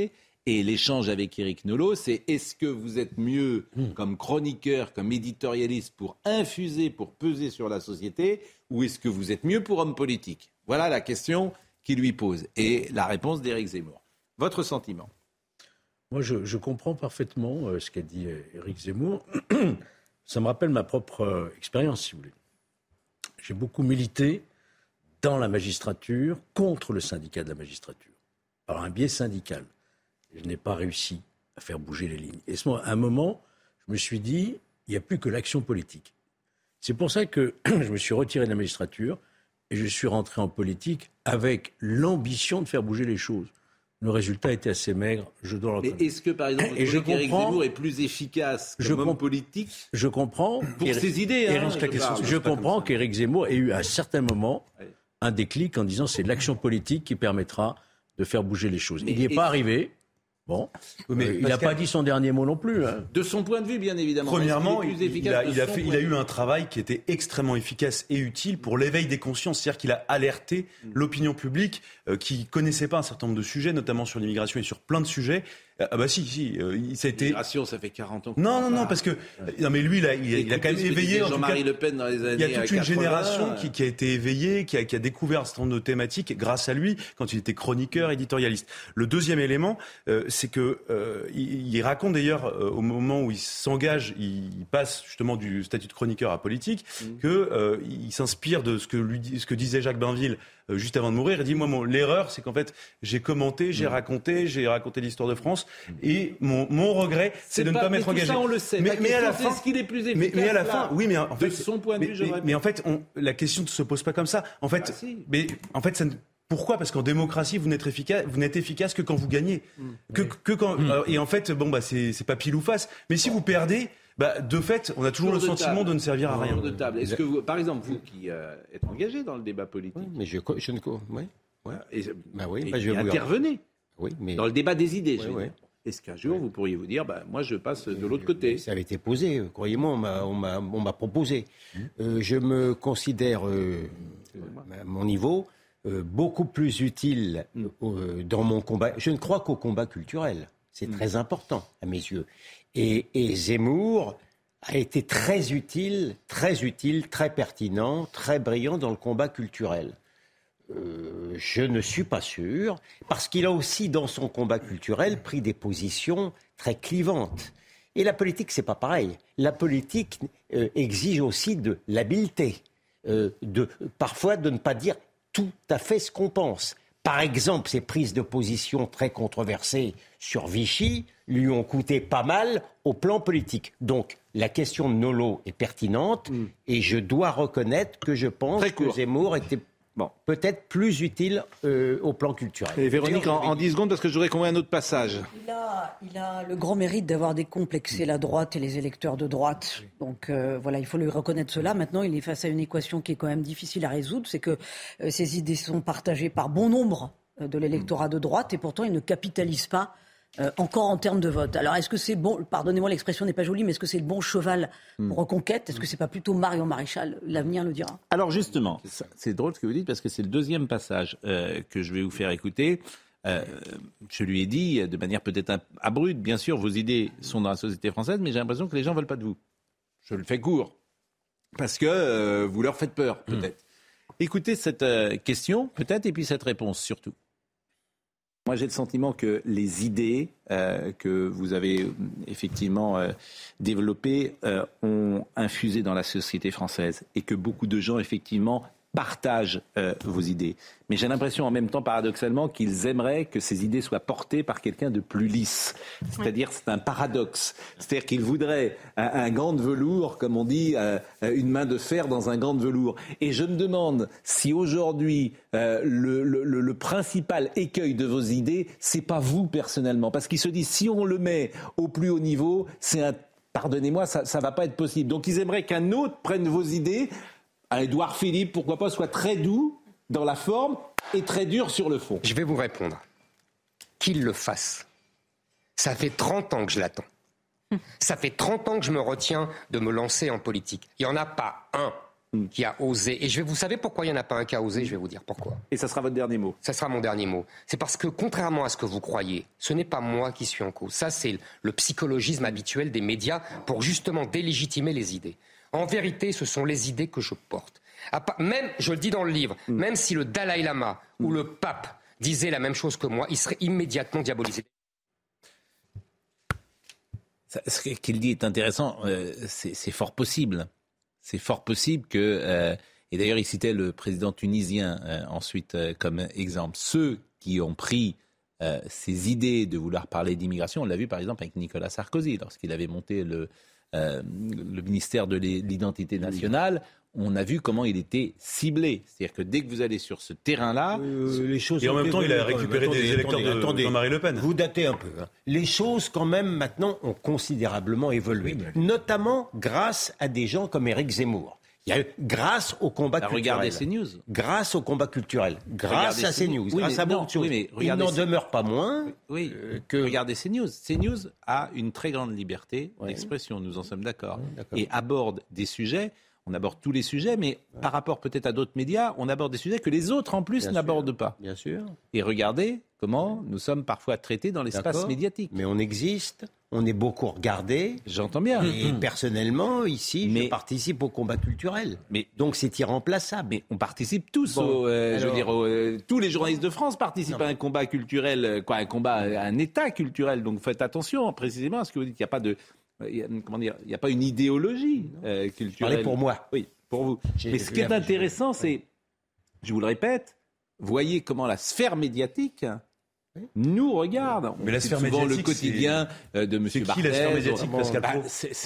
Speaker 2: Et l'échange avec Éric Nolot, c'est est-ce que vous êtes mieux comme chroniqueur, comme éditorialiste pour infuser, pour peser sur la société, ou est-ce que vous êtes mieux pour homme politique ? Voilà la question qu'il lui pose. Et la réponse d'Éric Zemmour. Votre sentiment ?
Speaker 4: Moi, je comprends parfaitement ce qu'a dit Éric Zemmour. Ça me rappelle ma propre expérience, si vous voulez. J'ai beaucoup milité dans la magistrature contre le syndicat de la magistrature, par un biais syndical. Je n'ai pas réussi à faire bouger les lignes. Et à un moment, je me suis dit, il n'y a plus que l'action politique. C'est pour ça que je me suis retiré de la magistrature et je suis rentré en politique avec l'ambition de faire bouger les choses. Le résultat était assez maigre, je dois le reconnaître.
Speaker 2: Mais est-ce que, par exemple, vous trouvez qu'Éric Zemmour est plus efficace comme homme politique ?
Speaker 4: Je comprends.
Speaker 2: Pour ses idées.
Speaker 4: Je comprends qu'Éric Zemmour ait eu à un certain moment un déclic en disant c'est l'action politique qui permettra de faire bouger les choses. Il n'y est pas arrivé. Bon, mais il n'a pas dit son dernier mot non plus. Hein.
Speaker 2: De son point de vue, bien évidemment.
Speaker 5: Premièrement, il a eu un travail qui était extrêmement efficace et utile pour l'éveil des consciences. C'est-à-dire qu'il a alerté l'opinion publique qui ne connaissait pas un certain nombre de sujets, notamment sur l'immigration et sur plein de sujets. Ah bah si, ça a été...
Speaker 2: L'immigration, ça fait 40 ans.
Speaker 5: Non, parce que... Non, mais lui, il a quand même éveillé...
Speaker 2: Jean-Marie Le Pen dans les années 80.
Speaker 5: Il y a toute une génération qui a été éveillée, qui a découvert un certain nombre de thématiques grâce à lui, quand il était chroniqueur, éditorialiste. Le deuxième élément, c'est que il raconte d'ailleurs, au moment où il s'engage, il passe justement du statut de chroniqueur à politique, qu'il s'inspire de ce que disait Jacques Bainville juste avant de mourir. Il dit, moi, l'erreur, c'est qu'en fait, j'ai commenté, j'ai raconté l'histoire de France, et mon regret, c'est de ne pas m'être engagé.
Speaker 2: Ça, on le sait. Mais à la fin, est-ce qu'il est plus efficace
Speaker 5: mais à la fin, oui, mais en fait,
Speaker 2: de son point de vue,
Speaker 5: mais en fait, la question ne se pose pas comme ça. En fait, ça ne... Pourquoi ? Parce qu'en démocratie, vous n'êtes efficace que quand vous gagnez. Et en fait, c'est pas pile ou face. Mais si vous perdez, de fait, on a toujours le sentiment de ne servir à rien.
Speaker 2: De table. Est-ce que vous, par exemple, vous qui êtes engagé dans le débat politique,
Speaker 7: mais je ne
Speaker 2: intervenez dans le débat des idées. Est-ce qu'un jour vous pourriez vous dire, moi je passe de l'autre côté ?
Speaker 7: Ça avait été posé, croyez-moi, on m'a proposé. Je me considère, à mon niveau, beaucoup plus utile dans mon combat. Je ne crois qu'au combat culturel. C'est très important à mes yeux. Et Zemmour a été très utile, très pertinent, très brillant dans le combat culturel. Je ne suis pas sûr, parce qu'il a aussi, dans son combat culturel, pris des positions très clivantes. Et la politique, c'est pas pareil. La politique exige aussi de l'habileté, parfois de ne pas dire tout à fait ce qu'on pense. Par exemple, ces prises de position très controversées sur Vichy lui ont coûté pas mal au plan politique. Donc, la question de Nolot est pertinente et je dois reconnaître que je pense que Zemmour était peut-être plus utile au plan culturel.
Speaker 2: Et Véronique, en 10 secondes, parce que je voudrais qu'on voit un autre passage.
Speaker 6: Il a le grand mérite d'avoir décomplexé la droite et les électeurs de droite. Donc il faut lui reconnaître cela. Maintenant, il est face à une équation qui est quand même difficile à résoudre. C'est que ses idées sont partagées par bon nombre de l'électorat de droite et pourtant, il ne capitalise pas encore en termes de vote. Alors, est-ce que c'est bon, pardonnez-moi, l'expression n'est pas jolie, mais est-ce que c'est le bon cheval pour Reconquête ? Est-ce que c'est pas plutôt Marion Maréchal ? L'avenir le dira.
Speaker 2: Alors justement, c'est drôle ce que vous dites, parce que c'est le deuxième passage que je vais vous faire écouter. Je lui ai dit, de manière peut-être abrupte, bien sûr, vos idées sont dans la société française, mais j'ai l'impression que les gens ne veulent pas de vous. Je le fais court, parce que vous leur faites peur, peut-être. Écoutez cette question, peut-être, et puis cette réponse, surtout. Moi, j'ai le sentiment que les idées que vous avez effectivement développées ont infusé dans la société française et que beaucoup de gens, effectivement, partagent vos idées. Mais j'ai l'impression en même temps, paradoxalement, qu'ils aimeraient que ces idées soient portées par quelqu'un de plus lisse. C'est-à-dire, c'est un paradoxe. C'est-à-dire qu'ils voudraient un gant de velours, comme on dit, une main de fer dans un gant de velours. Et je me demande si aujourd'hui, le principal écueil de vos idées, c'est pas vous personnellement. Parce qu'ils se disent, si on le met au plus haut niveau, pardonnez-moi, ça va pas être possible. Donc ils aimeraient qu'un autre prenne vos idées. Édouard Philippe, pourquoi pas, soit très doux dans la forme et très dur sur le fond.
Speaker 19: Je vais vous répondre. Qu'il le fasse. Ça fait 30 ans que je l'attends. Ça fait 30 ans que je me retiens de me lancer en politique. Il n'y en a pas un qui a osé. Et vous savez pourquoi il n'y en a pas un qui a osé? Je vais vous dire pourquoi.
Speaker 2: Et ça sera votre dernier mot?
Speaker 19: Ça sera mon dernier mot. C'est parce que, contrairement à ce que vous croyez, ce n'est pas moi qui suis en cause. Ça, c'est le psychologisme habituel des médias pour justement délégitimer les idées. En vérité, ce sont les idées que je porte. Même, je le dis dans le livre, même si le Dalai Lama ou le pape disaient la même chose que moi, il serait immédiatement diabolisé.
Speaker 2: Ce qu'il dit est intéressant. C'est fort possible. C'est fort possible que... et d'ailleurs, il citait le président tunisien ensuite comme exemple. Ceux qui ont pris ces idées de vouloir parler d'immigration, on l'a vu par exemple avec Nicolas Sarkozy, lorsqu'il avait monté le ministère de l'identité nationale, on a vu comment il était ciblé. C'est-à-dire que dès que vous allez sur ce terrain-là...
Speaker 5: les choses et en même temps, il a récupéré des électeurs de Jean-Marie Le Pen.
Speaker 7: Vous datez un peu. Les choses, quand même, maintenant, ont considérablement évolué. Notamment grâce à des gens comme Éric Zemmour. Grâce au combat culturel.
Speaker 2: Regardez CNews.
Speaker 7: Grâce au combat culturel. Grâce à CNews. Grâce à beaucoup de choses. Il n'en demeure pas moins
Speaker 2: que... Regardez CNews. CNews a une très grande liberté d'expression, nous en sommes d'accord. Et aborde des sujets... On aborde tous les sujets, mais par rapport peut-être à d'autres médias, on aborde des sujets que les autres en plus n'abordent pas.
Speaker 7: Bien sûr.
Speaker 2: Et regardez comment nous sommes parfois traités dans l'espace médiatique.
Speaker 7: Mais on existe, on est beaucoup regardés.
Speaker 2: J'entends bien.
Speaker 7: Et personnellement, ici, je participe au combat culturel. Donc c'est irremplaçable.
Speaker 2: Mais on participe tous. Je veux dire, tous les journalistes de France participent à un combat culturel, à un état culturel. Donc faites attention précisément à ce que vous dites. Il n'y a pas de... il n'y a pas une idéologie culturelle.
Speaker 7: Parlez pour moi.
Speaker 2: Oui, pour vous. Mais ce qui est intéressant, c'est, je vous le répète, voyez comment la sphère médiatique nous regarde.
Speaker 5: Mais la sphère médiatique,
Speaker 2: le quotidien de M. Barthez.
Speaker 5: C'est qui la sphère médiatique, Pascal Praud?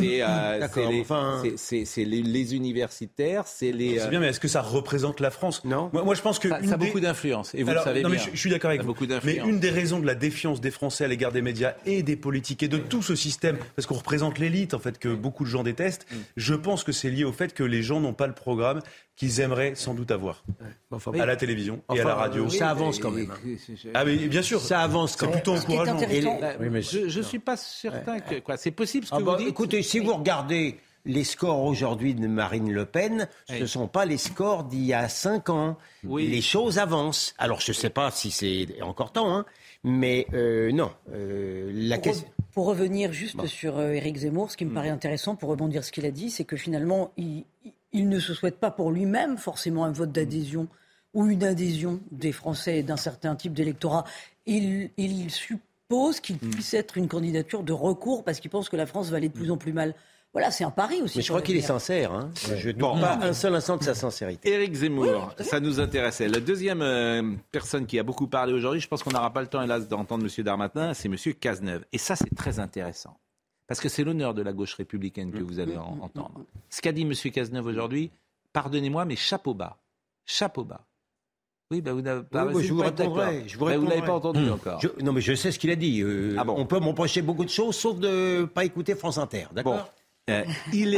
Speaker 2: C'est les universitaires, c'est les...
Speaker 5: C'est bien, mais est-ce que ça représente la France?
Speaker 7: Non.
Speaker 5: Moi, je pense que...
Speaker 2: Ça a beaucoup d'influence, et vous le savez bien.
Speaker 5: Je suis d'accord avec vous. Mais une des raisons de la défiance des Français à l'égard des médias et des politiques et de tout ce système, parce qu'on représente l'élite, en fait, que beaucoup de gens détestent, je pense que c'est lié au fait que les gens n'ont pas le programme qu'ils aimeraient sans doute avoir à la télévision et à la radio.
Speaker 7: Ça avance quand même.
Speaker 5: Ah mais bien sûr,
Speaker 7: ça avance quand même.
Speaker 5: C'est plutôt encourageant.
Speaker 2: Je ne suis pas certain que c'est possible ce que vous dites.
Speaker 7: Écoutez, si vous regardez les scores aujourd'hui de Marine Le Pen, ce ne sont pas les scores d'il y a 5 ans. Les choses avancent. Alors je ne sais pas si c'est encore temps, mais non.
Speaker 6: Pour revenir juste sur Éric Zemmour, ce qui me paraît intéressant, pour rebondir ce qu'il a dit, c'est que finalement, il ne se souhaite pas pour lui-même forcément un vote d'adhésion ou une adhésion des Français d'un certain type d'électorat. Il suppose qu'il puisse être une candidature de recours parce qu'il pense que la France va aller de plus en plus mal. Voilà, c'est un pari aussi.
Speaker 7: Mais je crois qu'il est sincère. Je ne doute pas un seul instant de sa sincérité.
Speaker 2: Éric Zemmour, ça nous intéressait. La deuxième personne qui a beaucoup parlé aujourd'hui, je pense qu'on n'aura pas le temps, hélas, d'entendre M. Darmanin, c'est M. Cazeneuve. Et ça, c'est très intéressant. Parce que c'est l'honneur de la gauche républicaine que vous allez entendre. Ce qu'a dit M. Cazeneuve aujourd'hui, pardonnez-moi, mais chapeau bas. Chapeau bas. Oui, vous n'avez pas...
Speaker 7: je vous répondrai.
Speaker 2: Vous ne l'avez pas entendu encore.
Speaker 7: Non, mais je sais ce qu'il a dit. On peut m'empêcher beaucoup de choses, sauf de ne pas écouter France Inter. D'accord ?
Speaker 2: Il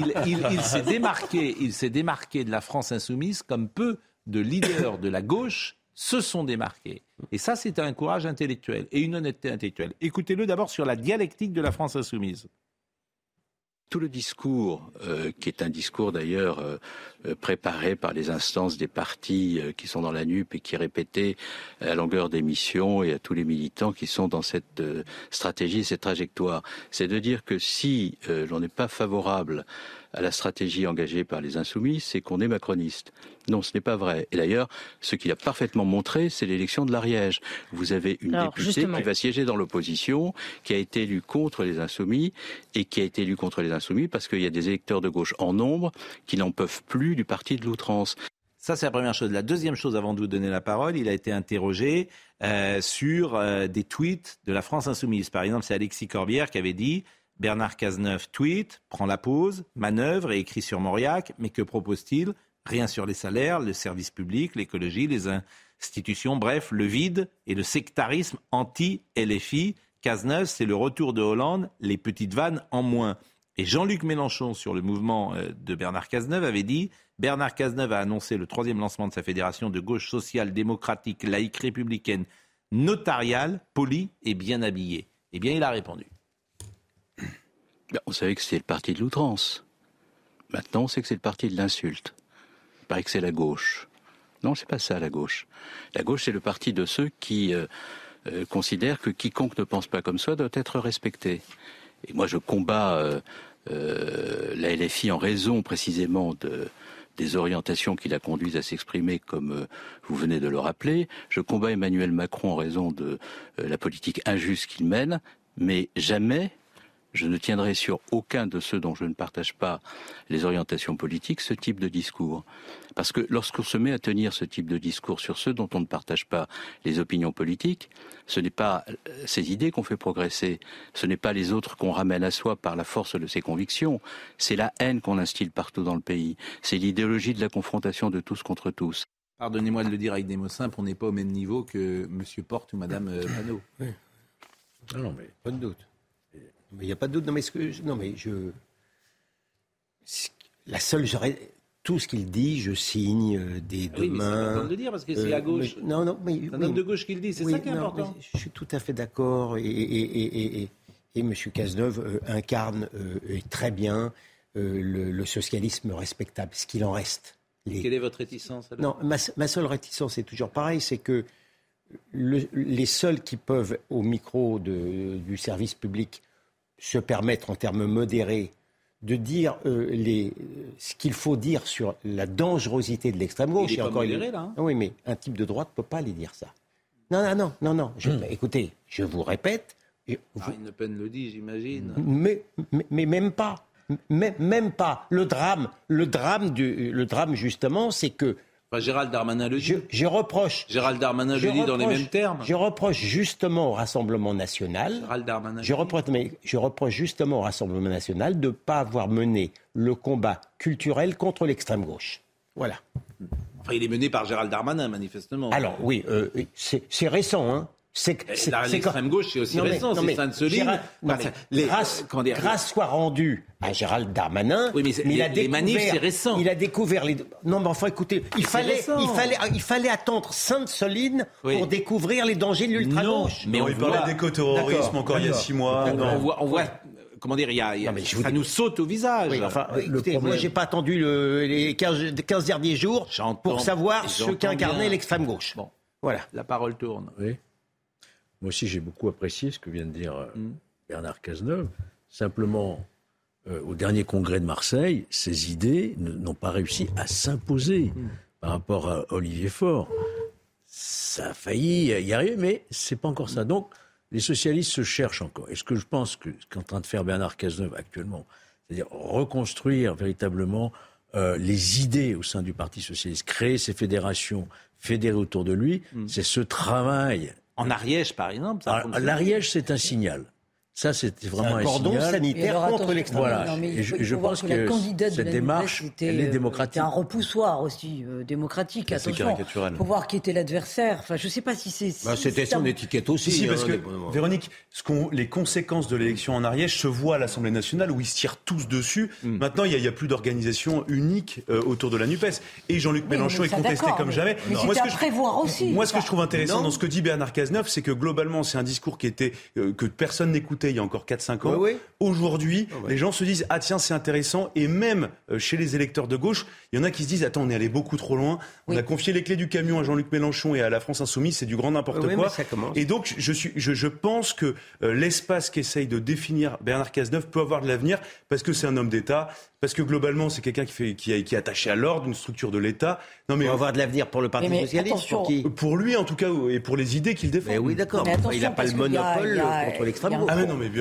Speaker 2: s'est démarqué de la France insoumise comme peu de leaders de la gauche se sont démarqués. Et ça, c'est un courage intellectuel et une honnêteté intellectuelle. Écoutez-le d'abord sur la dialectique de la France insoumise.
Speaker 21: Tout le discours, qui est un discours d'ailleurs préparé par les instances des partis qui sont dans la NUP et qui est répété à longueur d'émission et à tous les militants qui sont dans cette stratégie, cette trajectoire, c'est de dire que si l'on n'est pas favorable à la stratégie engagée par les Insoumis, c'est qu'on est macroniste. Non, ce n'est pas vrai. Et d'ailleurs, ce qu'il a parfaitement montré, c'est l'élection de l'Ariège. Vous avez une députée qui va siéger dans l'opposition, qui a été élue contre les Insoumis, et qui a été élue contre les Insoumis parce qu'il y a des électeurs de gauche en nombre qui n'en peuvent plus du parti de l'outrance.
Speaker 2: Ça, c'est la première chose. La deuxième chose, avant de vous donner la parole, il a été interrogé sur des tweets de la France insoumise. Par exemple, c'est Alexis Corbière qui avait dit « Bernard Cazeneuve tweet, prend la pause, manœuvre et écrit sur Mauriac, mais que propose-t-il ? Rien sur les salaires, le service public, l'écologie, les institutions, bref, le vide et le sectarisme anti-LFI. Cazeneuve, c'est le retour de Hollande, les petites vannes en moins. » Et Jean-Luc Mélenchon, sur le mouvement de Bernard Cazeneuve, avait dit « Bernard Cazeneuve a annoncé le 3e lancement de sa fédération de gauche sociale, démocratique, laïque, républicaine, notariale, polie et bien habillée. » Eh bien, il a répondu.
Speaker 21: On savait que c'était le parti de l'outrance. Maintenant, on sait que c'est le parti de l'insulte. Il paraît que c'est la gauche. Non, c'est pas ça, la gauche. La gauche, c'est le parti de ceux qui considèrent que quiconque ne pense pas comme soi doit être respecté. Et moi, je combats la LFI en raison précisément des orientations qui la conduisent à s'exprimer comme vous venez de le rappeler. Je combats Emmanuel Macron en raison de la politique injuste qu'il mène, mais jamais je ne tiendrai sur aucun de ceux dont je ne partage pas les orientations politiques ce type de discours. Parce que lorsqu'on se met à tenir ce type de discours sur ceux dont on ne partage pas les opinions politiques, ce n'est pas ces idées qu'on fait progresser, ce n'est pas les autres qu'on ramène à soi par la force de ses convictions, c'est la haine qu'on instille partout dans le pays, c'est l'idéologie de la confrontation de tous contre tous.
Speaker 2: Pardonnez-moi de le dire avec des mots simples, on n'est pas au même niveau que M. Porte ou Mme Panot.
Speaker 7: Oui. Non, mais pas de doute. Mais il n'y a pas de doute. La seule, tout ce qu'il dit, je signe dès demain.
Speaker 2: Oui, mais c'est important de le dire parce que c'est à gauche.
Speaker 7: C'est un
Speaker 2: homme de gauche qui le dit, c'est ça qui est important.
Speaker 7: Je suis tout à fait d'accord. Et M. Cazeneuve incarne très bien le socialisme respectable, ce qu'il en reste.
Speaker 2: Quelle est votre réticence alors ?
Speaker 7: Non, ma seule réticence est toujours pareille, c'est que les seuls qui peuvent, au micro du service public, se permettre en termes modérés de dire ce qu'il faut dire sur la dangerosité de l'extrême gauche.
Speaker 2: Il est pas modéré, là.
Speaker 7: Oui, mais un type de droite ne peut pas aller dire ça. Non. Écoutez, je vous répète.
Speaker 2: Marine Le Pen le dit, j'imagine.
Speaker 7: Mais même pas. Même pas. Le drame, justement, c'est que.
Speaker 2: Enfin, Gérald Darmanin le dit.
Speaker 7: Gérald
Speaker 2: Darmanin le dit dans les mêmes termes.
Speaker 7: Je reproche justement au Rassemblement national.
Speaker 2: Gérald Darmanin.
Speaker 7: Je reproche justement au Rassemblement national de ne pas avoir mené le combat culturel contre l'extrême gauche. Voilà.
Speaker 2: Enfin, il est mené par Gérald Darmanin, manifestement.
Speaker 7: Alors oui, c'est récent, hein.
Speaker 2: L'extrême gauche, c'est aussi récent, c'est Sainte-Soline.
Speaker 7: Grâce soit rendue à Gérald Darmanin.
Speaker 2: Oui, mais les manifs, c'est récent.
Speaker 7: Il a découvert les. Non, mais enfin, écoutez, il fallait attendre Sainte-Soline pour découvrir les dangers de l'ultra-gauche.
Speaker 5: Mais on parlait d'éco-terrorisme encore il y a 6 mois.
Speaker 2: On voit. Comment dire, ça nous saute au visage.
Speaker 7: Oui, enfin, écoutez, moi, j'ai pas attendu les 15 derniers jours pour savoir ce qu'incarnait l'extrême gauche.
Speaker 2: Bon, voilà. La parole tourne.
Speaker 4: Oui. Moi aussi, j'ai beaucoup apprécié ce que vient de dire Bernard Cazeneuve. Simplement, au dernier congrès de Marseille, ces idées n'ont pas réussi à s'imposer par rapport à Olivier Faure. Ça a failli y arriver, mais c'est pas encore ça. Donc, les socialistes se cherchent encore. Et ce que je pense qu'est en train de faire Bernard Cazeneuve actuellement, c'est-à-dire reconstruire véritablement les idées au sein du Parti socialiste, créer ces fédérations, fédérer autour de lui, c'est ce travail.
Speaker 2: En Ariège, par exemple.
Speaker 4: L'Ariège, c'est un signal. Ça, c'était vraiment un
Speaker 7: cordon
Speaker 4: signal.
Speaker 7: Sanitaire contre l'extrême.
Speaker 4: Voilà. Et je pense que cette démarche, elle est démocratique.
Speaker 6: C'est un repoussoir aussi démocratique. Attention, il faut voir qui était l'adversaire. Enfin, je ne sais pas si c'est.
Speaker 7: C'était son étiquette aussi.
Speaker 5: Si, parce que Véronique, les conséquences de l'élection en Ariège se voient à l'Assemblée nationale où ils se tirent tous dessus. Maintenant, il n'y a plus d'organisation unique autour de la NUPES. Et Jean-Luc Mélenchon est contesté comme jamais.
Speaker 6: Mais c'était à prévoir aussi.
Speaker 5: Moi, ce que je trouve intéressant dans ce que dit Bernard Cazeneuve, c'est que globalement, c'est un discours qui était que personne n'écoutait il y a encore 4-5 ans. Aujourd'hui, les gens se disent « Ah tiens, c'est intéressant ». Et même chez les électeurs de gauche, il y en a qui se disent « Attends, on est allé beaucoup trop loin. On a confié les clés du camion à Jean-Luc Mélenchon et à la France Insoumise. C'est du grand n'importe quoi. » Et donc, je pense que l'espace qu'essaye de définir Bernard Cazeneuve peut avoir de l'avenir parce que c'est un homme d'État, parce que globalement, c'est quelqu'un qui est attaché à l'ordre, une structure de l'État.
Speaker 7: Non, mais on va avoir de l'avenir pour le Parti socialiste.
Speaker 5: Pour lui, en tout cas, et pour les idées qu'il défend.
Speaker 7: Mais oui, d'accord. Il n'a pas le monopole contre l'extrême gauche.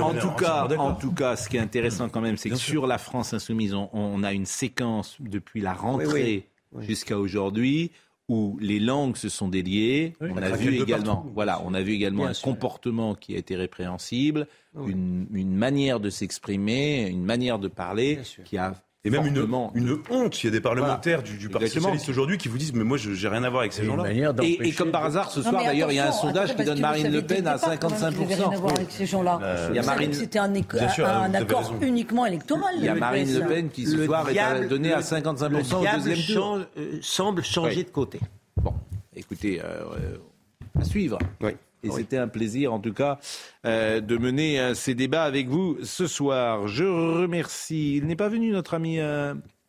Speaker 2: En tout cas, ce qui est intéressant quand même, c'est que sur la France Insoumise, on a une séquence depuis la rentrée jusqu'à aujourd'hui où les langues se sont déliées. On a vu également un comportement qui a été répréhensible, une manière de s'exprimer, une manière de parler qui a...
Speaker 5: Et même une honte. Il y a des parlementaires du Parti socialiste aujourd'hui qui vous disent « Mais moi, je n'ai rien à voir avec ces gens-là. »
Speaker 2: Et comme par hasard, ce soir, d'ailleurs, il y a un sondage qui donne Marine Le Pen à 55%.
Speaker 6: Vous n'avez rien à voir avec ces gens-là. C'était un accord uniquement électoral.
Speaker 2: Il y a Marine Le Pen qui, ce soir, est donnée à 55% au deuxième tour.
Speaker 7: Semble changer de côté.
Speaker 2: Bon, écoutez, à suivre. Et c'était un plaisir, en tout cas, de mener ces débats avec vous ce soir. Je remercie. Il n'est pas venu, notre ami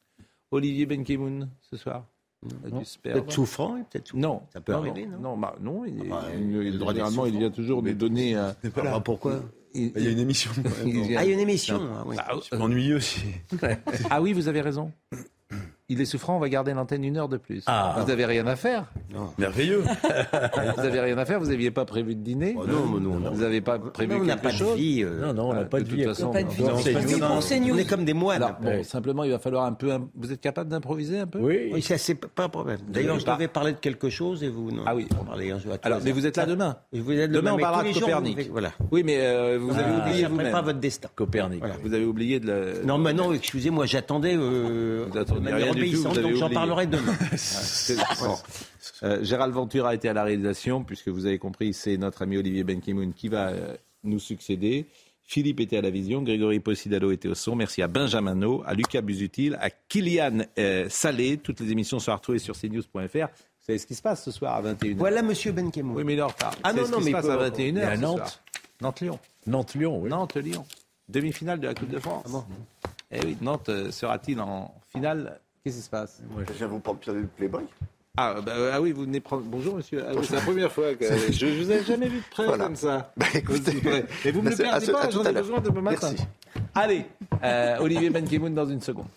Speaker 2: Olivier Benkemoun ce soir.
Speaker 7: Peut-être souffrant,
Speaker 2: Non,
Speaker 7: ça peut arriver, non.
Speaker 2: Non, généralement, il vient toujours nous donner.
Speaker 7: Pourquoi
Speaker 5: il y a une émission.
Speaker 7: Il y a une émission.
Speaker 5: C'est ennuyeux aussi.
Speaker 2: Ah oui, vous avez raison. Il est souffrant, on va garder l'antenne 1 heure de plus. Vous n'avez rien à faire.
Speaker 5: Non. Merveilleux.
Speaker 2: Vous n'avez rien à faire, vous n'aviez pas prévu de dîner.
Speaker 7: Non.
Speaker 2: Vous n'avez pas prévu quelque chose.
Speaker 7: On n'a pas de vie.
Speaker 4: Non, on n'a pas de vie.
Speaker 7: On est comme des moines.
Speaker 2: Alors, simplement, il va falloir un peu. Vous êtes capable d'improviser un peu ?
Speaker 7: Oui, c'est pas un problème. D'ailleurs, je devais parler de quelque chose et vous non.
Speaker 2: Ah oui.
Speaker 7: Alors,
Speaker 2: mais vous êtes là demain.
Speaker 7: Demain,
Speaker 2: on parlera de Copernic.
Speaker 7: Voilà.
Speaker 2: Oui, mais vous avez oublié vous-même.
Speaker 7: Pas votre destin.
Speaker 2: Copernic. Vous avez oublié de la.
Speaker 7: Non, mais non. Excusez-moi, j'attendais.
Speaker 2: Vous attendez rien du tout.
Speaker 7: Donc j'en parlerai demain.
Speaker 2: Gérald Ventura a été à la réalisation, puisque vous avez compris, c'est notre ami Olivier Benkemoun qui va nous succéder. Philippe était à la vision, Grégory Possidalo était au son. Merci à Benjamin No, à Lucas Busutil, à Kylian Salé. Toutes les émissions sont retrouvées sur cnews.fr. Vous savez ce qui se passe ce soir à 21h.
Speaker 7: Voilà Monsieur Benkemoun.
Speaker 2: Oui, mais il est en retard.
Speaker 7: Ah non,
Speaker 2: mais il se passe à 21h
Speaker 4: à Nantes.
Speaker 2: Nantes-Lyon.
Speaker 4: Nantes-Lyon, oui.
Speaker 2: Nantes-Lyon. Demi-finale de la Coupe de France. Ah bon. Eh oui, Nantes sera-t-il en finale ? Qu'est-ce qui se passe ?
Speaker 1: Je viens vous prendre le Playboy.
Speaker 2: Ah oui, vous venez prendre. Bonjour monsieur. C'est la première fois que je vous ai jamais vu de près comme ça.
Speaker 1: Écoutez,
Speaker 2: mais vous me le perdez pas, j'en ai besoin demain matin.
Speaker 1: Merci.
Speaker 2: Allez, Olivier Benkemoun dans une seconde.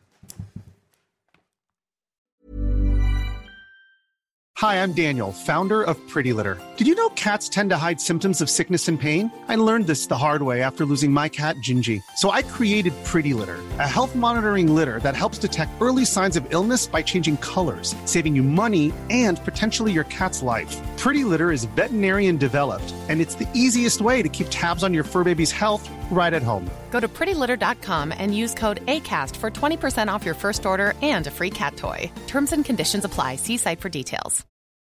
Speaker 22: Hi, I'm Daniel, founder of Pretty Litter. Did you know cats tend to hide symptoms of sickness and pain? I learned this the hard way after losing my cat, Gingy. So I created Pretty Litter, a health monitoring litter that helps detect early signs of illness by changing colors, saving you money and potentially your cat's life. Pretty Litter is veterinarian developed, and it's the easiest way to keep tabs on your fur baby's health right at home.
Speaker 23: Go to prettylitter.com and use code ACAST for 20% off your first order and a free cat toy. Terms and conditions apply. See site for details.